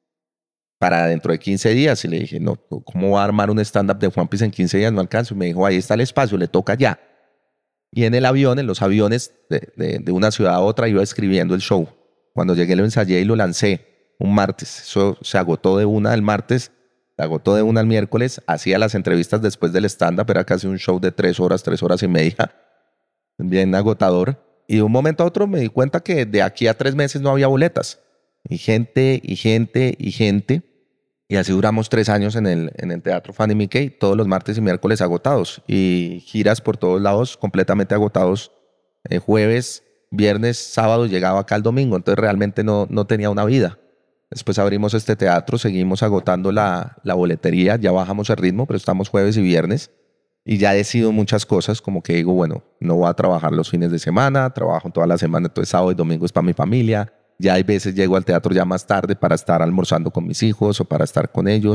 para dentro de quince días. Y le dije, no, ¿cómo va a armar un stand-up de Juanpis en quince días? No alcanzo. Y me dijo, ahí está el espacio, le toca ya. Y en el avión, en los aviones de, de, de una ciudad a otra, iba escribiendo el show. Cuando llegué lo ensayé y lo lancé un martes. Eso se agotó de una el martes, se agotó de una el miércoles. Hacía las entrevistas después del stand-up, era casi un show de tres horas, tres horas y media. Bien agotador. Y de un momento a otro me di cuenta que de aquí a tres meses no había boletas. Y gente, y gente, y gente. Y así duramos tres años en el, en el Teatro Fanny Mickey, todos los martes y miércoles agotados. Y giras por todos lados completamente agotados. Eh, jueves, viernes, sábado, llegaba acá el domingo. Entonces realmente no, no tenía una vida. Después abrimos este teatro, seguimos agotando la, la boletería. Ya bajamos el ritmo, pero estamos jueves y viernes. Y ya decido muchas cosas, como que digo, bueno, no voy a trabajar los fines de semana, trabajo toda la semana, entonces sábado y domingo es para mi familia. Ya hay veces llego al teatro ya más tarde para estar almorzando con mis hijos o para estar con ellos.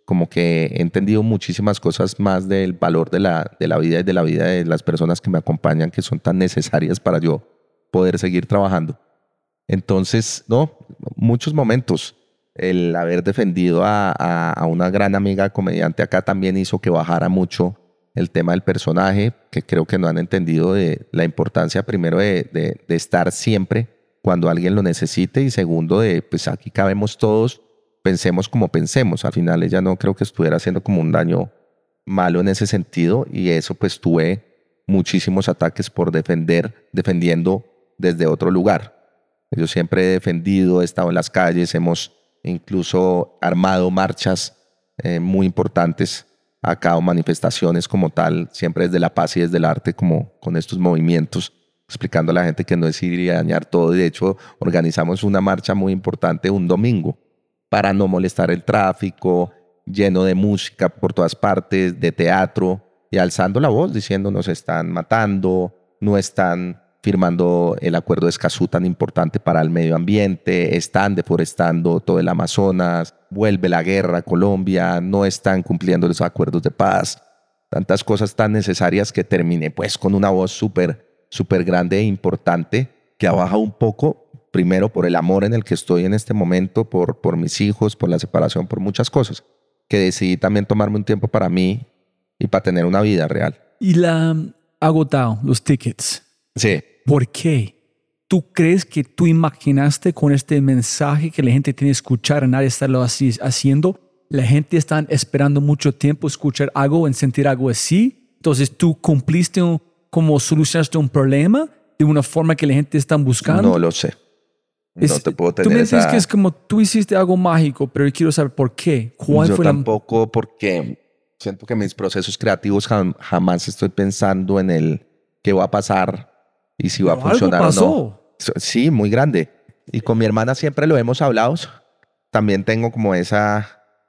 como que he entendido muchísimas cosas más del valor de la, de la vida y de la vida de las personas que me acompañan, que son tan necesarias para yo poder seguir trabajando. Entonces, no, muchos momentos. El haber defendido a, a, a una gran amiga comediante acá también hizo que bajara mucho el tema del personaje, que creo que no han entendido de la importancia, primero, de, de, de estar siempre cuando alguien lo necesite, y segundo, de pues aquí cabemos todos, pensemos como pensemos. Al final ella no creo que estuviera haciendo como un daño malo en ese sentido, y eso pues tuve muchísimos ataques por defender, defendiendo desde otro lugar. Yo siempre he defendido, he estado en las calles, hemos incluso armado marchas eh, muy importantes acá, o manifestaciones como tal, siempre desde la paz y desde el arte, como con estos movimientos, explicando a la gente que no es ir y dañar todo. Y de hecho organizamos una marcha muy importante un domingo para no molestar el tráfico, lleno de música por todas partes, de teatro, y alzando la voz diciendo nos están matando, no están firmando el acuerdo de Escazú tan importante para el medio ambiente, están deforestando todo el Amazonas, vuelve la guerra a Colombia, no están cumpliendo los acuerdos de paz, tantas cosas tan necesarias, que terminé pues con una voz súper, súper grande e importante, que ha bajado un poco, primero por el amor en el que estoy en este momento, por, por mis hijos, por la separación, por muchas cosas, que decidí también tomarme un tiempo para mí y para tener una vida real. Y la agotado, los tickets. Sí. ¿Por qué? ¿Tú crees que tú imaginaste con este mensaje que la gente tiene que escuchar, a nadie estarlo así haciendo? La gente está esperando mucho tiempo escuchar algo, en sentir algo así. Entonces tú cumpliste un, como solucionaste un problema de una forma que la gente está buscando. No lo sé. No es, te puedo tener tú me esa... dices que es como tú hiciste algo mágico, pero yo quiero saber por qué. ¿Cuál Yo fue tampoco, la... porque siento que mis procesos creativos jam, jamás estoy pensando en el qué va a pasar y si va pero a funcionar algo pasó. o no. Sí, muy grande. Y con mi hermana siempre lo hemos hablado. También tengo como esa,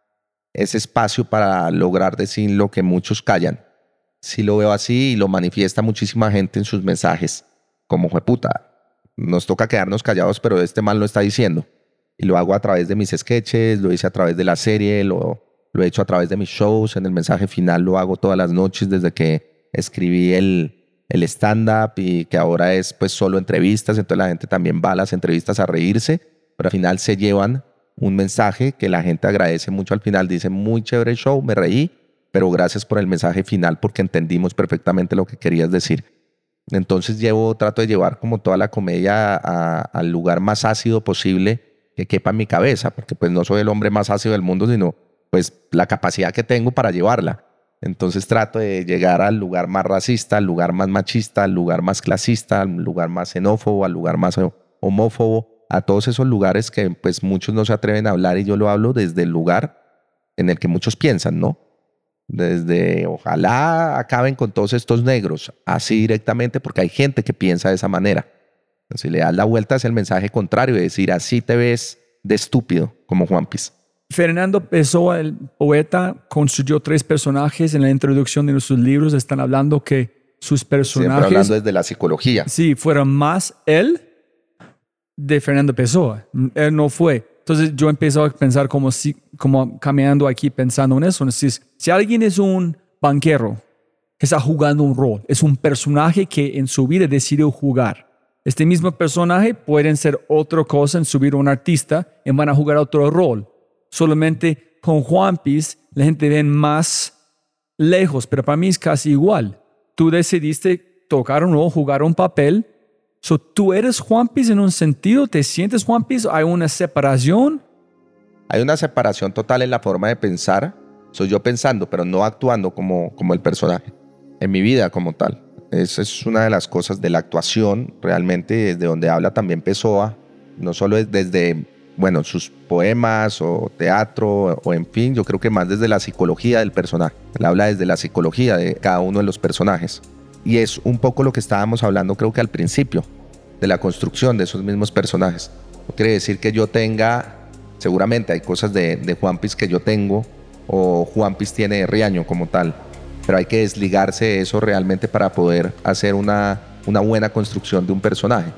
ese espacio para lograr decir lo que muchos callan. Sí lo veo así y lo manifiesta muchísima gente en sus mensajes. Como jueputa, nos toca quedarnos callados, pero este man lo está diciendo. Y lo hago a través de mis sketches, lo hice a través de la serie, lo, lo he hecho a través de mis shows. En el mensaje final lo hago todas las noches desde que escribí el... el stand-up, y que ahora es pues solo entrevistas, entonces la gente también va a las entrevistas a reírse, pero al final se llevan un mensaje que la gente agradece mucho al final, dice muy chévere el show, me reí, pero gracias por el mensaje final porque entendimos perfectamente lo que querías decir. Entonces llevo, trato de llevar como toda la comedia a, al lugar más ácido posible que quepa en mi cabeza, porque pues no soy el hombre más ácido del mundo, sino pues la capacidad que tengo para llevarla. Entonces trato de llegar al lugar más racista, al lugar más machista, al lugar más clasista, al lugar más xenófobo, al lugar más homófobo, a todos esos lugares que pues muchos no se atreven a hablar, y yo lo hablo desde el lugar en el que muchos piensan, ¿no? Desde ojalá acaben con todos estos negros, así directamente, porque hay gente que piensa de esa manera. Si le das la vuelta es el mensaje contrario, de decir así te ves de estúpido, como Juanpis. Fernando Pessoa, el poeta, construyó tres personajes. En la introducción de nuestros libros están hablando que sus personajes... Siempre hablando desde la psicología. Sí, fueron más él de Fernando Pessoa. Él no fue. Entonces yo empecé a pensar como, si, como caminando aquí pensando en eso. Entonces, si alguien es un banquero, está jugando un rol, es un personaje que en su vida decidió jugar. Este mismo personaje pueden ser otra cosa en su vida, un artista, y van a jugar otro rol. Solamente con Juanpis la gente ve más lejos, pero para mí es casi igual. Tú decidiste tocar un rol, jugar un papel. So, ¿tú eres Juanpis en un sentido? ¿Te sientes Juanpis? ¿Hay una separación? Hay una separación total en la forma de pensar. Soy yo pensando, pero no actuando como, como el personaje. En mi vida como tal. Esa es una de las cosas de la actuación, realmente, desde donde habla también Pessoa. No solo es desde... bueno, sus poemas o teatro o en fin, yo creo que más desde la psicología del personaje. Él habla desde la psicología de cada uno de los personajes. Y es un poco lo que estábamos hablando creo que al principio, de la construcción de esos mismos personajes. No quiere decir que yo tenga, seguramente hay cosas de, de Juanpis que yo tengo o Juanpis tiene de Riaño como tal, pero hay que desligarse de eso realmente para poder hacer una, una buena construcción de un personaje.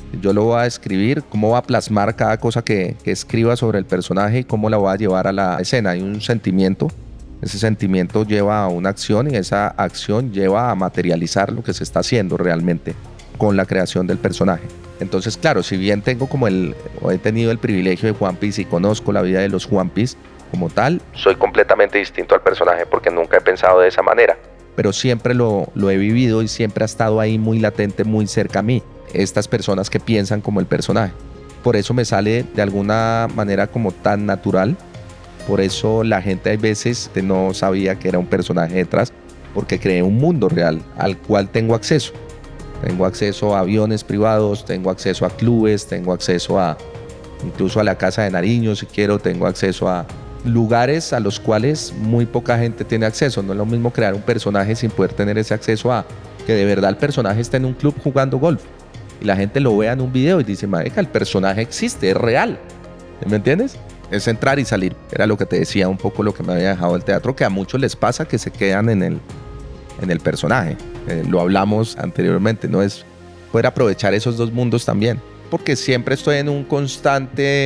Yo lo voy a escribir, cómo va a plasmar cada cosa que, que escriba sobre el personaje y cómo la voy a llevar a la escena. Hay un sentimiento, ese sentimiento lleva a una acción y esa acción lleva a materializar lo que se está haciendo realmente con la creación del personaje. Entonces, claro, si bien tengo como el, o he tenido el privilegio de One Piece y conozco la vida de los One Piece como tal, soy completamente distinto al personaje porque nunca he pensado de esa manera. Pero siempre lo, lo he vivido y siempre ha estado ahí muy latente, muy cerca a mí. Estas personas que piensan como el personaje. Por eso me sale de alguna manera como tan natural. Por eso la gente a veces no sabía que era un personaje detrás, porque creé un mundo real al cual tengo acceso. Tengo acceso a aviones privados, tengo acceso a clubes, tengo acceso a incluso a la casa de Nariño si quiero, tengo acceso a lugares a los cuales muy poca gente tiene acceso. No es lo mismo crear un personaje sin poder tener ese acceso a que de verdad el personaje esté en un club jugando golf y la gente lo vea en un video y dice, marica, el personaje existe, es real. ¿Me entiendes? Es entrar y salir. Era lo que te decía, un poco lo que me había dejado el teatro, que a muchos les pasa que se quedan en el, en el personaje. Eh, lo hablamos anteriormente, ¿no? Es poder aprovechar esos dos mundos también. Porque siempre estoy en un constante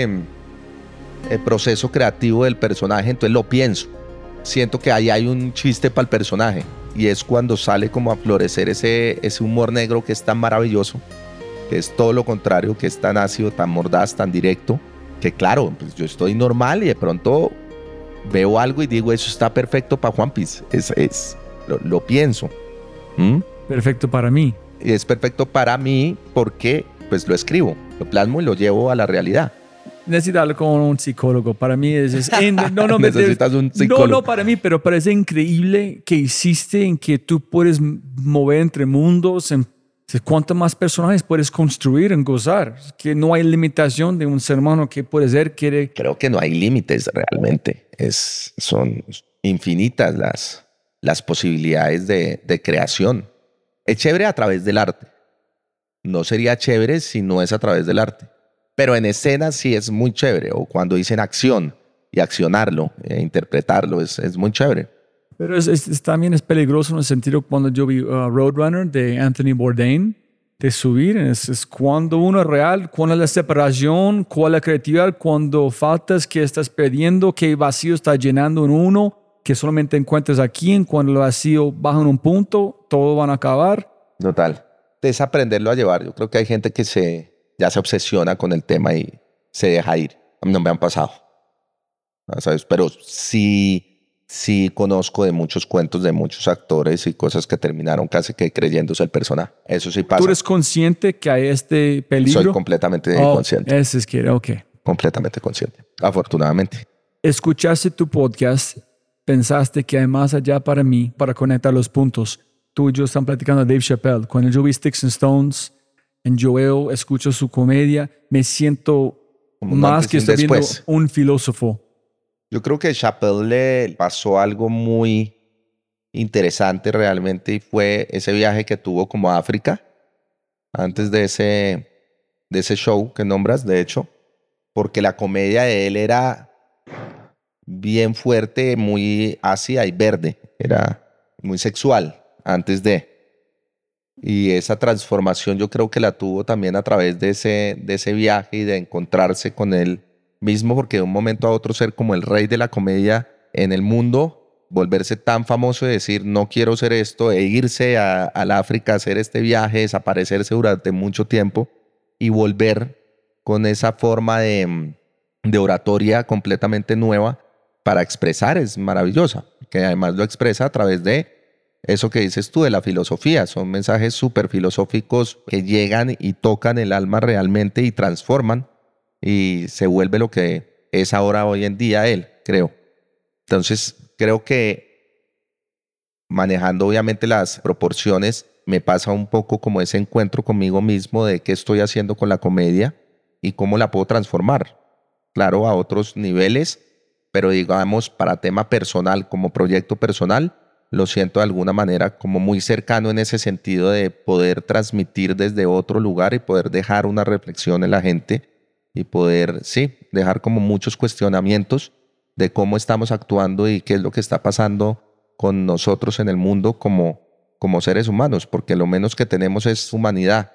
eh, proceso creativo del personaje, entonces lo pienso. Siento que ahí hay un chiste para el personaje y es cuando sale como a florecer ese, ese humor negro que es tan maravilloso, que es todo lo contrario, que es tan ácido, tan mordaz, tan directo, que claro, pues yo estoy normal y de pronto veo algo y digo, eso está perfecto para One Piece, es, es, lo, lo pienso. ¿Mm? Perfecto para mí. Y es perfecto para mí porque pues lo escribo, lo plasmo y lo llevo a la realidad. Necesito hablar con un psicólogo. Para mí es... es en, no, no, Necesitas un psicólogo. No, no para mí, pero parece increíble que hiciste en que tú puedes mover entre mundos, en cuántas más personajes puedes construir en gozar, que no hay limitación de un ser humano que puede ser, quiere... Creo que no hay límites realmente, es, son infinitas las, las posibilidades de, de creación. Es chévere a través del arte, no sería chévere si no es a través del arte, pero en escena sí es muy chévere, o cuando dicen acción y accionarlo, e interpretarlo, es, es muy chévere. Pero es, es, es, también es peligroso en el sentido cuando yo vi uh, Roadrunner de Anthony Bourdain, de subir, es, es cuando uno es real, cuando la separación, cuál la creatividad, cuando faltas que estás perdiendo, qué vacío está llenando en uno, que solamente encuentras aquí, en cuando el vacío baja en un punto, todo van a acabar. Total, es aprenderlo a llevar. Yo creo que hay gente que se, ya se obsesiona con el tema y se deja ir. A mí no me han pasado, ¿sabes? Pero sí... Sí conozco de muchos cuentos de muchos actores y cosas que terminaron casi que creyéndose el personaje. Eso sí pasa. ¿Tú eres consciente que hay este peligro? Soy completamente oh, consciente. Ese es que, ok. Completamente consciente, afortunadamente. Escuchaste tu podcast, pensaste que hay más allá para mí, para conectar los puntos. Tú y yo estamos platicando de Dave Chappelle. Cuando yo vi Sticks and Stones, en Joel, escucho su comedia, me siento Como más que estoy viendo después. un filósofo. Yo creo que a Chappelle le pasó algo muy interesante realmente y fue ese viaje que tuvo como a África antes de ese, de ese show que nombras, de hecho, porque la comedia de él era bien fuerte, muy ácida y verde, era muy sexual antes de. Y esa transformación yo creo que la tuvo también a través de ese, de ese viaje y de encontrarse con él mismo, porque de un momento a otro ser como el rey de la comedia en el mundo, volverse tan famoso y decir no quiero ser esto, e irse a, al África a hacer este viaje, desaparecerse durante mucho tiempo y volver con esa forma de, de oratoria completamente nueva para expresar es maravillosa, que además lo expresa a través de eso que dices tú de la filosofía. Son mensajes súper filosóficos que llegan y tocan el alma realmente y transforman y se vuelve lo que es ahora hoy en día él, creo. Entonces, creo que manejando obviamente las proporciones, me pasa un poco como ese encuentro conmigo mismo de qué estoy haciendo con la comedia y cómo la puedo transformar. Claro, a otros niveles, pero digamos para tema personal, como proyecto personal, lo siento de alguna manera como muy cercano en ese sentido de poder transmitir desde otro lugar y poder dejar una reflexión en la gente y poder, sí, dejar como muchos cuestionamientos de cómo estamos actuando y qué es lo que está pasando con nosotros en el mundo como, como seres humanos, porque lo menos que tenemos es humanidad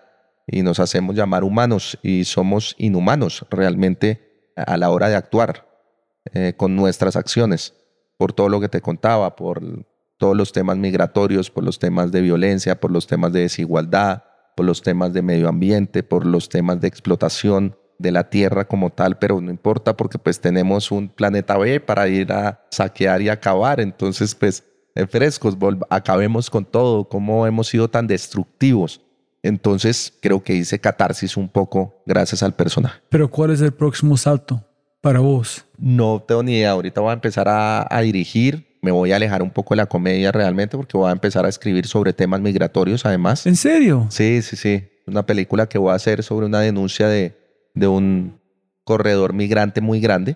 y nos hacemos llamar humanos y somos inhumanos realmente a la hora de actuar eh, con nuestras acciones, por todo lo que te contaba, por todos los temas migratorios, por los temas de violencia, por los temas de desigualdad, por los temas de medio ambiente, por los temas de explotación de la tierra como tal, pero no importa porque pues tenemos un planeta B para ir a saquear y acabar, entonces pues eh, frescos, acabemos con todo, cómo hemos sido tan destructivos. Entonces creo que hice catarsis un poco gracias al personaje. Pero ¿cuál es el próximo salto para vos? No tengo ni idea, ahorita voy a empezar a, a dirigir, me voy a alejar un poco de la comedia realmente porque voy a empezar a escribir sobre temas migratorios además. ¿En serio? Sí, sí, sí, una película que voy a hacer sobre una denuncia de de un corredor migrante muy grande.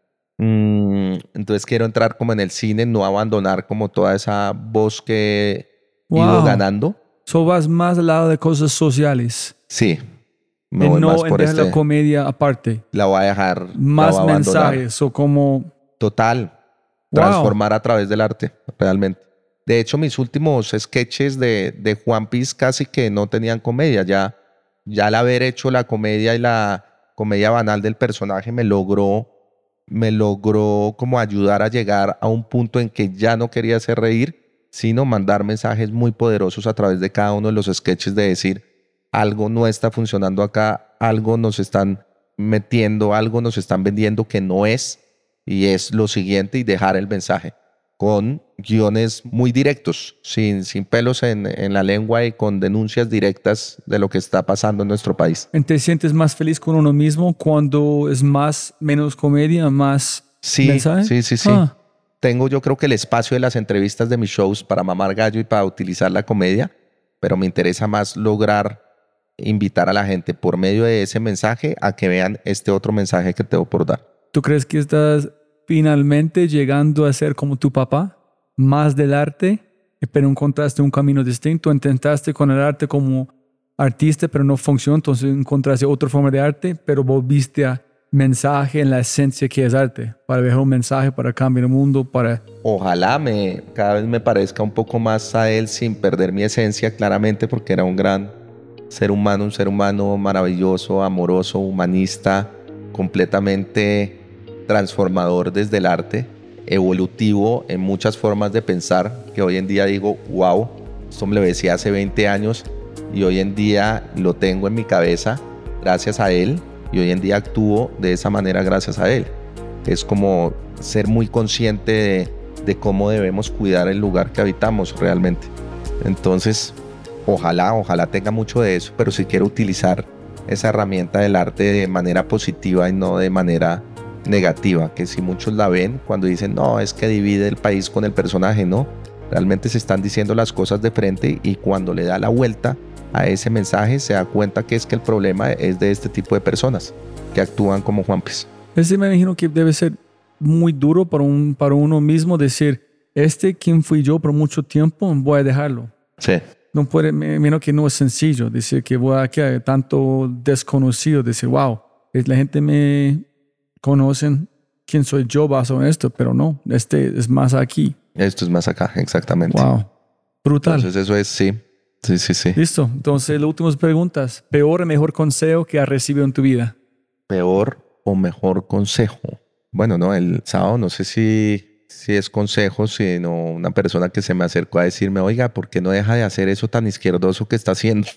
Mm, entonces quiero entrar como en el cine, no abandonar como toda esa voz que he wow. ido ganando. So vas más al lado de cosas sociales. Sí. Me y voy no más en por dejar este, la comedia aparte. La voy a dejar. Más la voy a mensajes o como... Total. Wow. Transformar a través del arte, realmente. De hecho, mis últimos sketches de, de One Piece casi que no tenían comedia. Ya, ya al haber hecho la comedia y la comedia banal del personaje me logró, me logró como ayudar a llegar a un punto en que ya no quería hacer reír, sino mandar mensajes muy poderosos a través de cada uno de los sketches de decir algo no está funcionando acá, algo nos están metiendo, algo nos están vendiendo que no es, y es lo siguiente, y dejar el mensaje con guiones muy directos, sin, sin pelos en, en la lengua y con denuncias directas de lo que está pasando en nuestro país. ¿Te sientes más feliz con uno mismo cuando es más, menos comedia, más sí, mensaje? Sí, sí, sí. Ah. Tengo yo creo que el espacio de las entrevistas de mis shows para mamar gallo y para utilizar la comedia, pero me interesa más lograr invitar a la gente por medio de ese mensaje a que vean este otro mensaje que tengo por dar. ¿Tú crees que estás finalmente llegando a ser como tu papá? Más del arte, pero encontraste un camino distinto. Intentaste con el arte como artista, pero no funcionó. Entonces encontraste otra forma de arte, pero volviste a mensaje en la esencia que es arte, para dejar un mensaje, para cambiar el mundo, para... Ojalá me, cada vez me parezca un poco más a él sin perder mi esencia, claramente, porque era un gran ser humano, un ser humano maravilloso, amoroso, humanista, completamente transformador desde el arte, evolutivo en muchas formas de pensar, que hoy en día digo, wow, esto me lo decía hace veinte años y hoy en día lo tengo en mi cabeza gracias a él, y hoy en día actúo de esa manera gracias a él. Es como ser muy consciente de, de cómo debemos cuidar el lugar que habitamos realmente. Entonces, ojalá, ojalá tenga mucho de eso, pero sí quiero utilizar esa herramienta del arte de manera positiva y no de manera negativa, que si muchos la ven cuando dicen no, es que divide el país con el personaje, no, realmente se están diciendo las cosas de frente, y cuando le da la vuelta a ese mensaje se da cuenta que es que el problema es de este tipo de personas que actúan como Juanpis. Ese me imagino que debe ser muy duro para, un, para uno mismo decir, este quien fui yo por mucho tiempo, voy a dejarlo. Sí. No puede, me imagino que no es sencillo decir que voy a quedar tanto desconocido, decir, wow, la gente me conocen quién soy yo basado en esto, pero no, este es más aquí. Esto es más acá, exactamente. Wow, brutal. Entonces eso es, sí, sí, sí, sí. Listo, entonces las últimas preguntas. ¿Peor o mejor consejo que has recibido en tu vida? Peor o mejor consejo. Bueno, no, el sábado no sé si... si es consejo, sino una persona que se me acercó a decirme, oiga, ¿por qué no deja de hacer eso tan izquierdoso que está haciendo?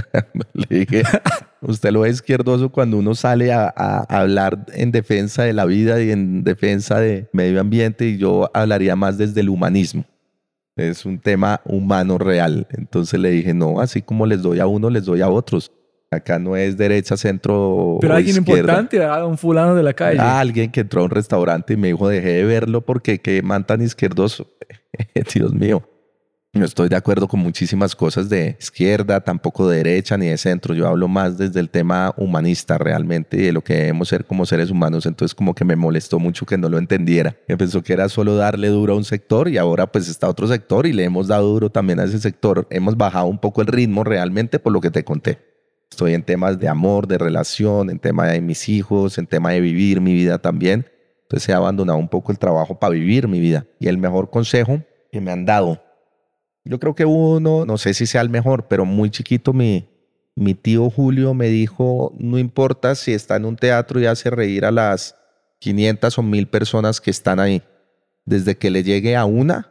Le dije, usted lo es izquierdoso cuando uno sale a, a hablar en defensa de la vida y en defensa de medio ambiente, y yo hablaría más desde el humanismo. Es un tema humano real. Entonces le dije, no, así como les doy a uno, les doy a otros. Acá no es derecha, centro Pero o alguien izquierda. importante, a un fulano de la calle. Ah, alguien que entró a un restaurante y me dijo, dejé de verlo porque qué man tan izquierdoso. Dios mío. No estoy de acuerdo con muchísimas cosas de izquierda, tampoco de derecha ni de centro. Yo hablo más desde el tema humanista realmente y de lo que debemos ser como seres humanos. Entonces como que me molestó mucho que no lo entendiera. Que pensó que era solo darle duro a un sector, y ahora pues está otro sector y le hemos dado duro también a ese sector. Hemos bajado un poco el ritmo realmente por lo que te conté. Estoy en temas de amor, de relación, en tema de mis hijos, en tema de vivir mi vida también. Entonces he abandonado un poco el trabajo para vivir mi vida. Y el mejor consejo que me han dado, yo creo que uno, no sé si sea el mejor, pero muy chiquito mi, mi tío Julio me dijo, no importa si está en un teatro y hace reír a las quinientas o mil personas que están ahí, desde que le llegue a una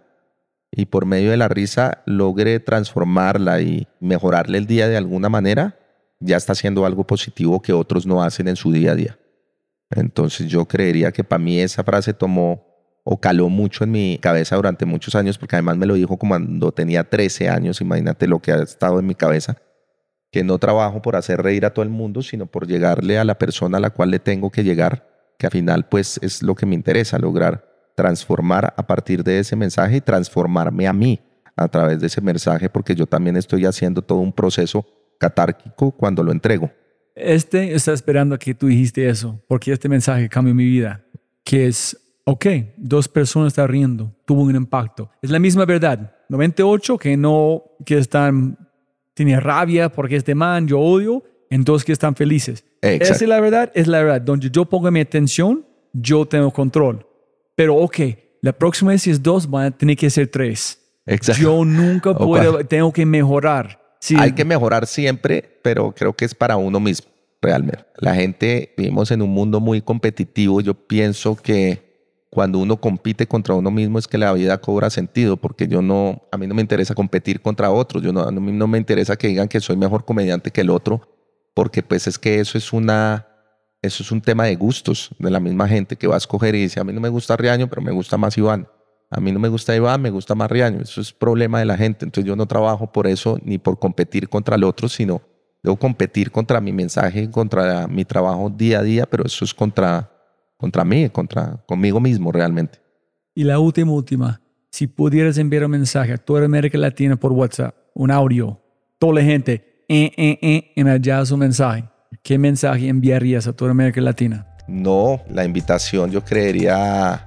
y por medio de la risa logre transformarla y mejorarle el día de alguna manera, ya está haciendo algo positivo que otros no hacen en su día a día. Entonces yo creería que para mí esa frase tomó o caló mucho en mi cabeza durante muchos años, porque además me lo dijo cuando tenía trece años, imagínate lo que ha estado en mi cabeza, que no trabajo por hacer reír a todo el mundo, sino por llegarle a la persona a la cual le tengo que llegar, que al final pues es lo que me interesa, lograr transformar a partir de ese mensaje y transformarme a mí a través de ese mensaje, porque yo también estoy haciendo todo un proceso catárquico cuando lo entrego. Este está esperando a que tú dijiste eso, porque este mensaje cambió mi vida, que es, ok, dos personas están riendo, tuvo un impacto. Es la misma verdad. noventa y ocho que no, que están, tiene rabia porque este man, yo odio, entonces que están felices. Exacto. Esa es la verdad, es la verdad. Donde yo pongo mi atención, yo tengo control. Pero ok, la próxima vez si es dos, van a tener que ser tres. Exacto. Yo nunca puedo, Opa. tengo que mejorar. Sí. Hay que mejorar siempre, pero creo que es para uno mismo, realmente. La gente, vivimos en un mundo muy competitivo. Yo pienso que cuando uno compite contra uno mismo es que la vida cobra sentido, porque yo no, a mí no me interesa competir contra otros. Yo no, a mí no me interesa que digan que soy mejor comediante que el otro, porque pues es que eso es una, eso es un tema de gustos de la misma gente que va a escoger y dice, a mí no me gusta Riaño, pero me gusta más Iván. A mí no me gusta Iván, me gusta más Riaño. Eso es problema de la gente. Entonces yo no trabajo por eso ni por competir contra el otro, sino debo competir contra mi mensaje, contra mi trabajo día a día, pero eso es contra, contra mí, contra, conmigo mismo realmente. Y la última, última. Si pudieras enviar un mensaje a toda América Latina por WhatsApp, un audio, toda la gente, eh, eh, eh, en allá su mensaje, ¿qué mensaje enviarías a toda América Latina? No, la invitación yo creería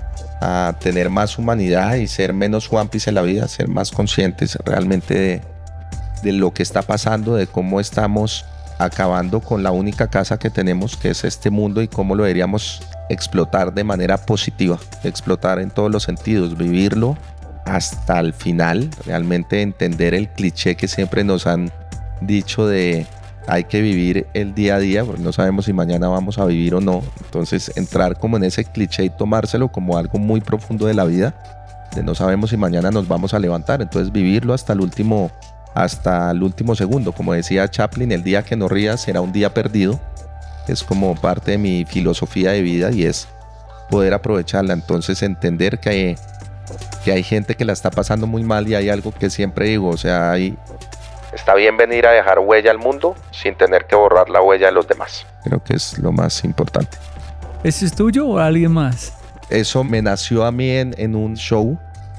a tener más humanidad y ser menos Juanpis en la vida, ser más conscientes realmente de, de lo que está pasando, de cómo estamos acabando con la única casa que tenemos, que es este mundo, y cómo lo deberíamos explotar de manera positiva, explotar en todos los sentidos, vivirlo hasta el final, realmente entender el cliché que siempre nos han dicho de hay que vivir el día a día, porque no sabemos si mañana vamos a vivir o no. Entonces entrar como en ese cliché y tomárselo como algo muy profundo de la vida, de no sabemos si mañana nos vamos a levantar. Entonces vivirlo hasta el último, hasta el último segundo. Como decía Chaplin, el día que no rías será un día perdido. Es como parte de mi filosofía de vida y es poder aprovecharla. Entonces entender que hay, que hay gente que la está pasando muy mal, y hay algo que siempre digo, o sea, hay... Está bien venir a dejar huella al mundo sin tener que borrar la huella de los demás. Creo que es lo más importante. ¿Ese es tuyo o alguien más? Eso me nació a mí en, en un show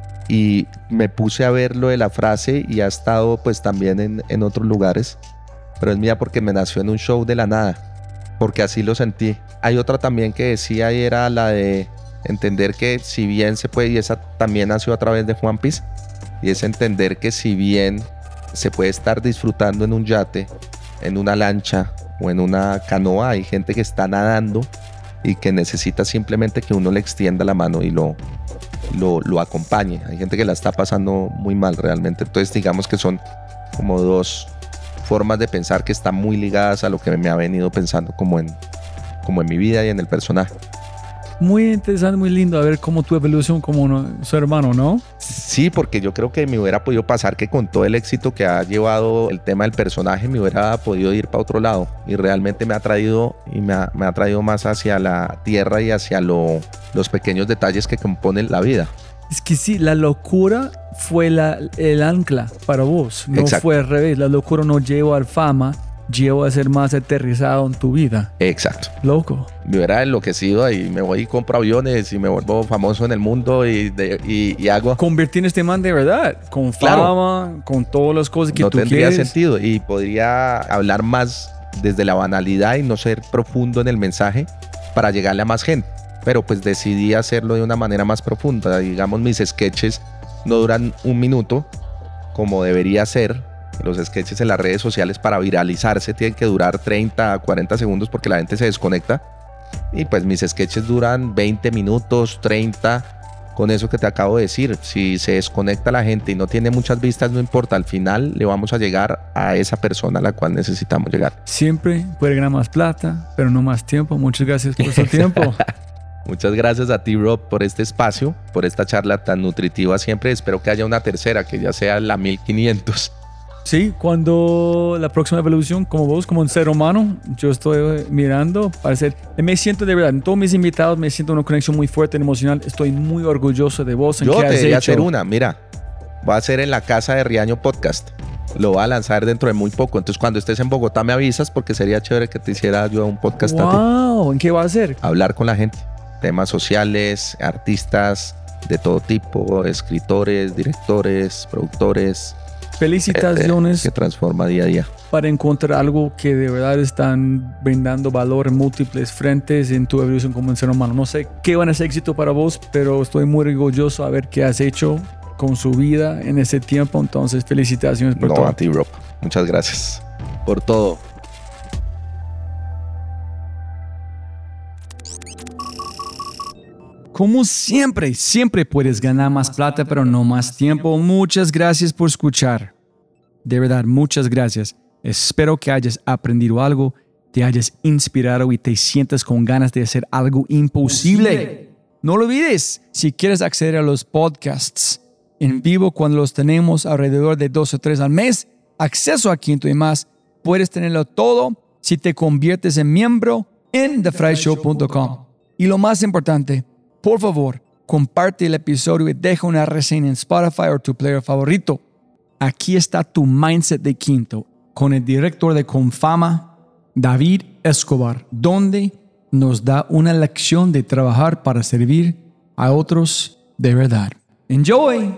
y me puse a ver lo de la frase y ha estado pues también en, en otros lugares, pero es mía porque me nació en un show de la nada, porque así lo sentí. Hay otra también que decía y era la de entender que si bien se puede, y esa también nació a través de Juanpis, y es entender que si bien se puede estar disfrutando en un yate, en una lancha o en una canoa, hay gente que está nadando y que necesita simplemente que uno le extienda la mano y lo, lo, lo acompañe. Hay gente que la está pasando muy mal realmente. Entonces digamos que son como dos formas de pensar que están muy ligadas a lo que me ha venido pensando como en, como en mi vida y en el personaje. Muy interesante, muy lindo a ver cómo tu evolución como uno, su hermano, ¿no? Sí, porque yo creo que me hubiera podido pasar que con todo el éxito que ha llevado el tema del personaje me hubiera podido ir para otro lado, y realmente me ha traído y me ha, me ha traído más hacia la tierra y hacia lo, los pequeños detalles que componen la vida. Es que sí, la locura fue la, el ancla para vos, no Exacto. Fue al revés. La locura no llevó a fama, llevó a ser más aterrizado en tu vida. Exacto. Loco. Me hubiera enloquecido y me voy y compro aviones y me vuelvo famoso en el mundo y, de, y, y hago... Convertir en este man de verdad, con Claro. fama, con todas las cosas que no tú tendría quieres. sentido, y podría hablar más desde la banalidad y no ser profundo en el mensaje para llegarle a más gente, pero pues decidí hacerlo de una manera más profunda. Digamos, mis sketches no duran un minuto como debería ser. Los sketches en las redes sociales para viralizarse tienen que durar treinta a cuarenta segundos porque la gente se desconecta, y pues mis sketches duran veinte minutos, treinta, con eso que te acabo de decir. Si se desconecta la gente y no tiene muchas vistas, no importa, al final le vamos a llegar a esa persona a la cual necesitamos llegar. Siempre puede ganar más plata, pero no más tiempo. Muchas gracias por su tiempo. Muchas gracias a ti, Rob, por este espacio, por esta charla tan nutritiva siempre. Espero que haya una tercera, que ya sea la mil quinientos. Sí, cuando la próxima evolución, como vos, como un ser humano, yo estoy mirando para ser, me siento de verdad, en todos mis invitados me siento una conexión muy fuerte, emocional. Estoy muy orgulloso de vos. En Yo qué te has debería hecho. hacer una, mira, va a ser en la casa de Riaño Podcast. Lo va a lanzar dentro de muy poco. Entonces, cuando estés en Bogotá me avisas, porque sería chévere que te hiciera yo un podcast a ti. Wow, ¿en qué va a ser? Hablar con la gente, temas sociales, artistas de todo tipo, escritores, directores, productores. Felicitaciones Que transforma día a día. para encontrar algo que de verdad están brindando valor en múltiples frentes en tu evolución como un ser humano. No sé qué van a ser éxito para vos, pero estoy muy orgulloso a ver qué has hecho con su vida en ese tiempo. Entonces, felicitaciones por No, todo. a ti, Rob. Muchas gracias por todo. Como siempre, siempre puedes ganar más plata, pero no más tiempo. Muchas gracias por escuchar. De verdad, muchas gracias. Espero que hayas aprendido algo, te hayas inspirado y te sientas con ganas de hacer algo imposible. No lo olvides, si quieres acceder a los podcasts en vivo cuando los tenemos alrededor de dos o tres al mes, acceso a Quinto y más, puedes tenerlo todo si te conviertes en miembro en the fry show punto com. Y lo más importante, por favor, comparte el episodio y deja una reseña en Spotify o tu player favorito. Aquí está tu Mindset de Quinto con el director de Confama, David Escobar, donde nos da una lección de trabajar para servir a otros de verdad. Enjoy!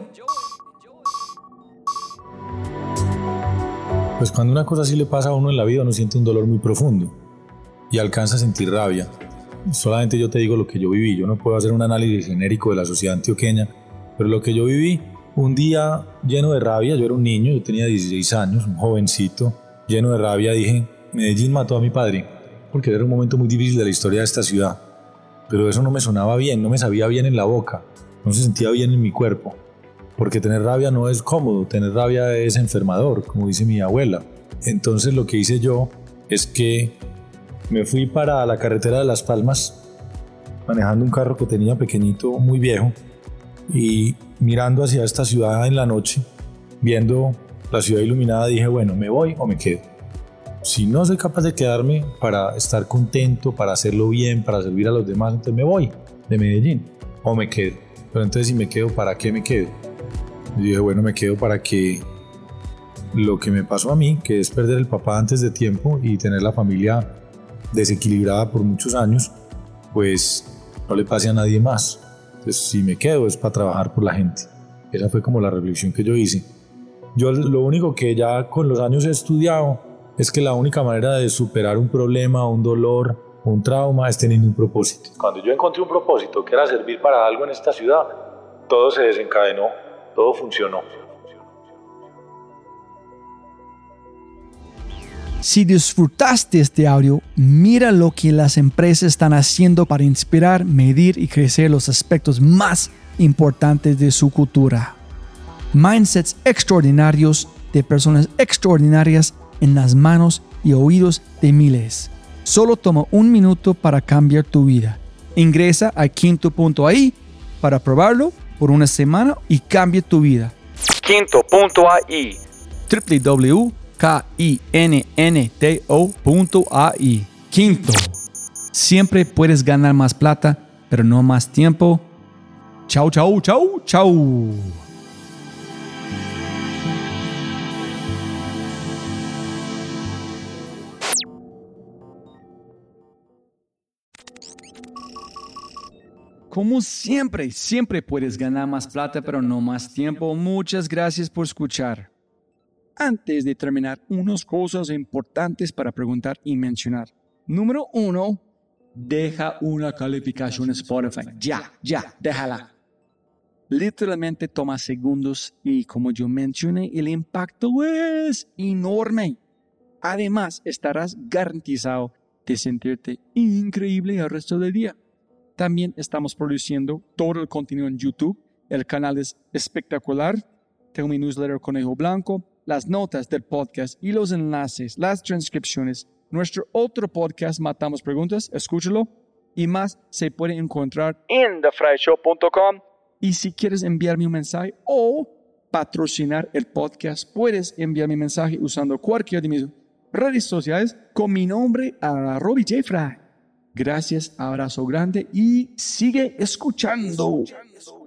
Pues cuando una cosa así le pasa a uno en la vida, uno siente un dolor muy profundo y alcanza a sentir rabia. Solamente yo te digo lo que yo viví. Yo no puedo hacer un análisis genérico de la sociedad antioqueña, pero lo que yo viví, un día lleno de rabia, yo era un niño, yo tenía dieciséis años, un jovencito, lleno de rabia dije, Medellín mató a mi padre, porque era un momento muy difícil de la historia de esta ciudad. Pero eso no me sonaba bien, no me sabía bien en la boca, no se sentía bien en mi cuerpo, porque tener rabia no es cómodo, tener rabia es enfermador, como dice mi abuela. Entonces lo que hice yo es que me fui para la carretera de Las Palmas, manejando un carro que tenía pequeñito, muy viejo, y mirando hacia esta ciudad en la noche, viendo la ciudad iluminada, dije, bueno, ¿me voy o me quedo? Si no soy capaz de quedarme para estar contento, para hacerlo bien, para servir a los demás, entonces me voy de Medellín o me quedo. Pero entonces si me quedo, ¿para qué me quedo? Y dije, bueno, me quedo para que lo que me pasó a mí, que es perder el papá antes de tiempo y tener la familia desequilibrada por muchos años, pues no le pase a nadie más. Entonces si me quedo es para trabajar por la gente. Esa fue como la reflexión que yo hice. Yo lo único que ya con los años he estudiado es que la única manera de superar un problema, un dolor, un trauma es teniendo un propósito. Cuando yo encontré un propósito que era servir para algo en esta ciudad, todo se desencadenó, todo funcionó. Si disfrutaste este audio, mira lo que las empresas están haciendo para inspirar, medir y crecer los aspectos más importantes de su cultura. Mindsets extraordinarios de personas extraordinarias en las manos y oídos de miles. Solo toma un minuto para cambiar tu vida. Ingresa a quinto punto a i para probarlo por una semana y cambie tu vida. Quinto punto a i. w w w punto kinto punto a i. Quinto. Siempre puedes ganar más plata, pero no más tiempo. Chau, chau, chau, chau. Como siempre, siempre puedes ganar más plata, pero no más tiempo. Muchas gracias por escuchar. Antes de terminar, unas cosas importantes para preguntar y mencionar. Número uno, deja una calificación en Spotify. Ya, ya, déjala. Literalmente toma segundos y como yo mencioné, el impacto es enorme. Además, estarás garantizado de sentirte increíble el resto del día. También estamos produciendo todo el contenido en YouTube. El canal es espectacular. Tengo mi newsletter Conejo Blanco, las notas del podcast y los enlaces, las transcripciones. Nuestro otro podcast, Matamos Preguntas, escúchalo. Y más se puede encontrar en the fry show punto com. Y si quieres enviarme un mensaje o patrocinar el podcast, puedes enviar mi mensaje usando cualquiera de mis redes sociales con mi nombre a Robbie J. Fry. Gracias, abrazo grande y sigue escuchando.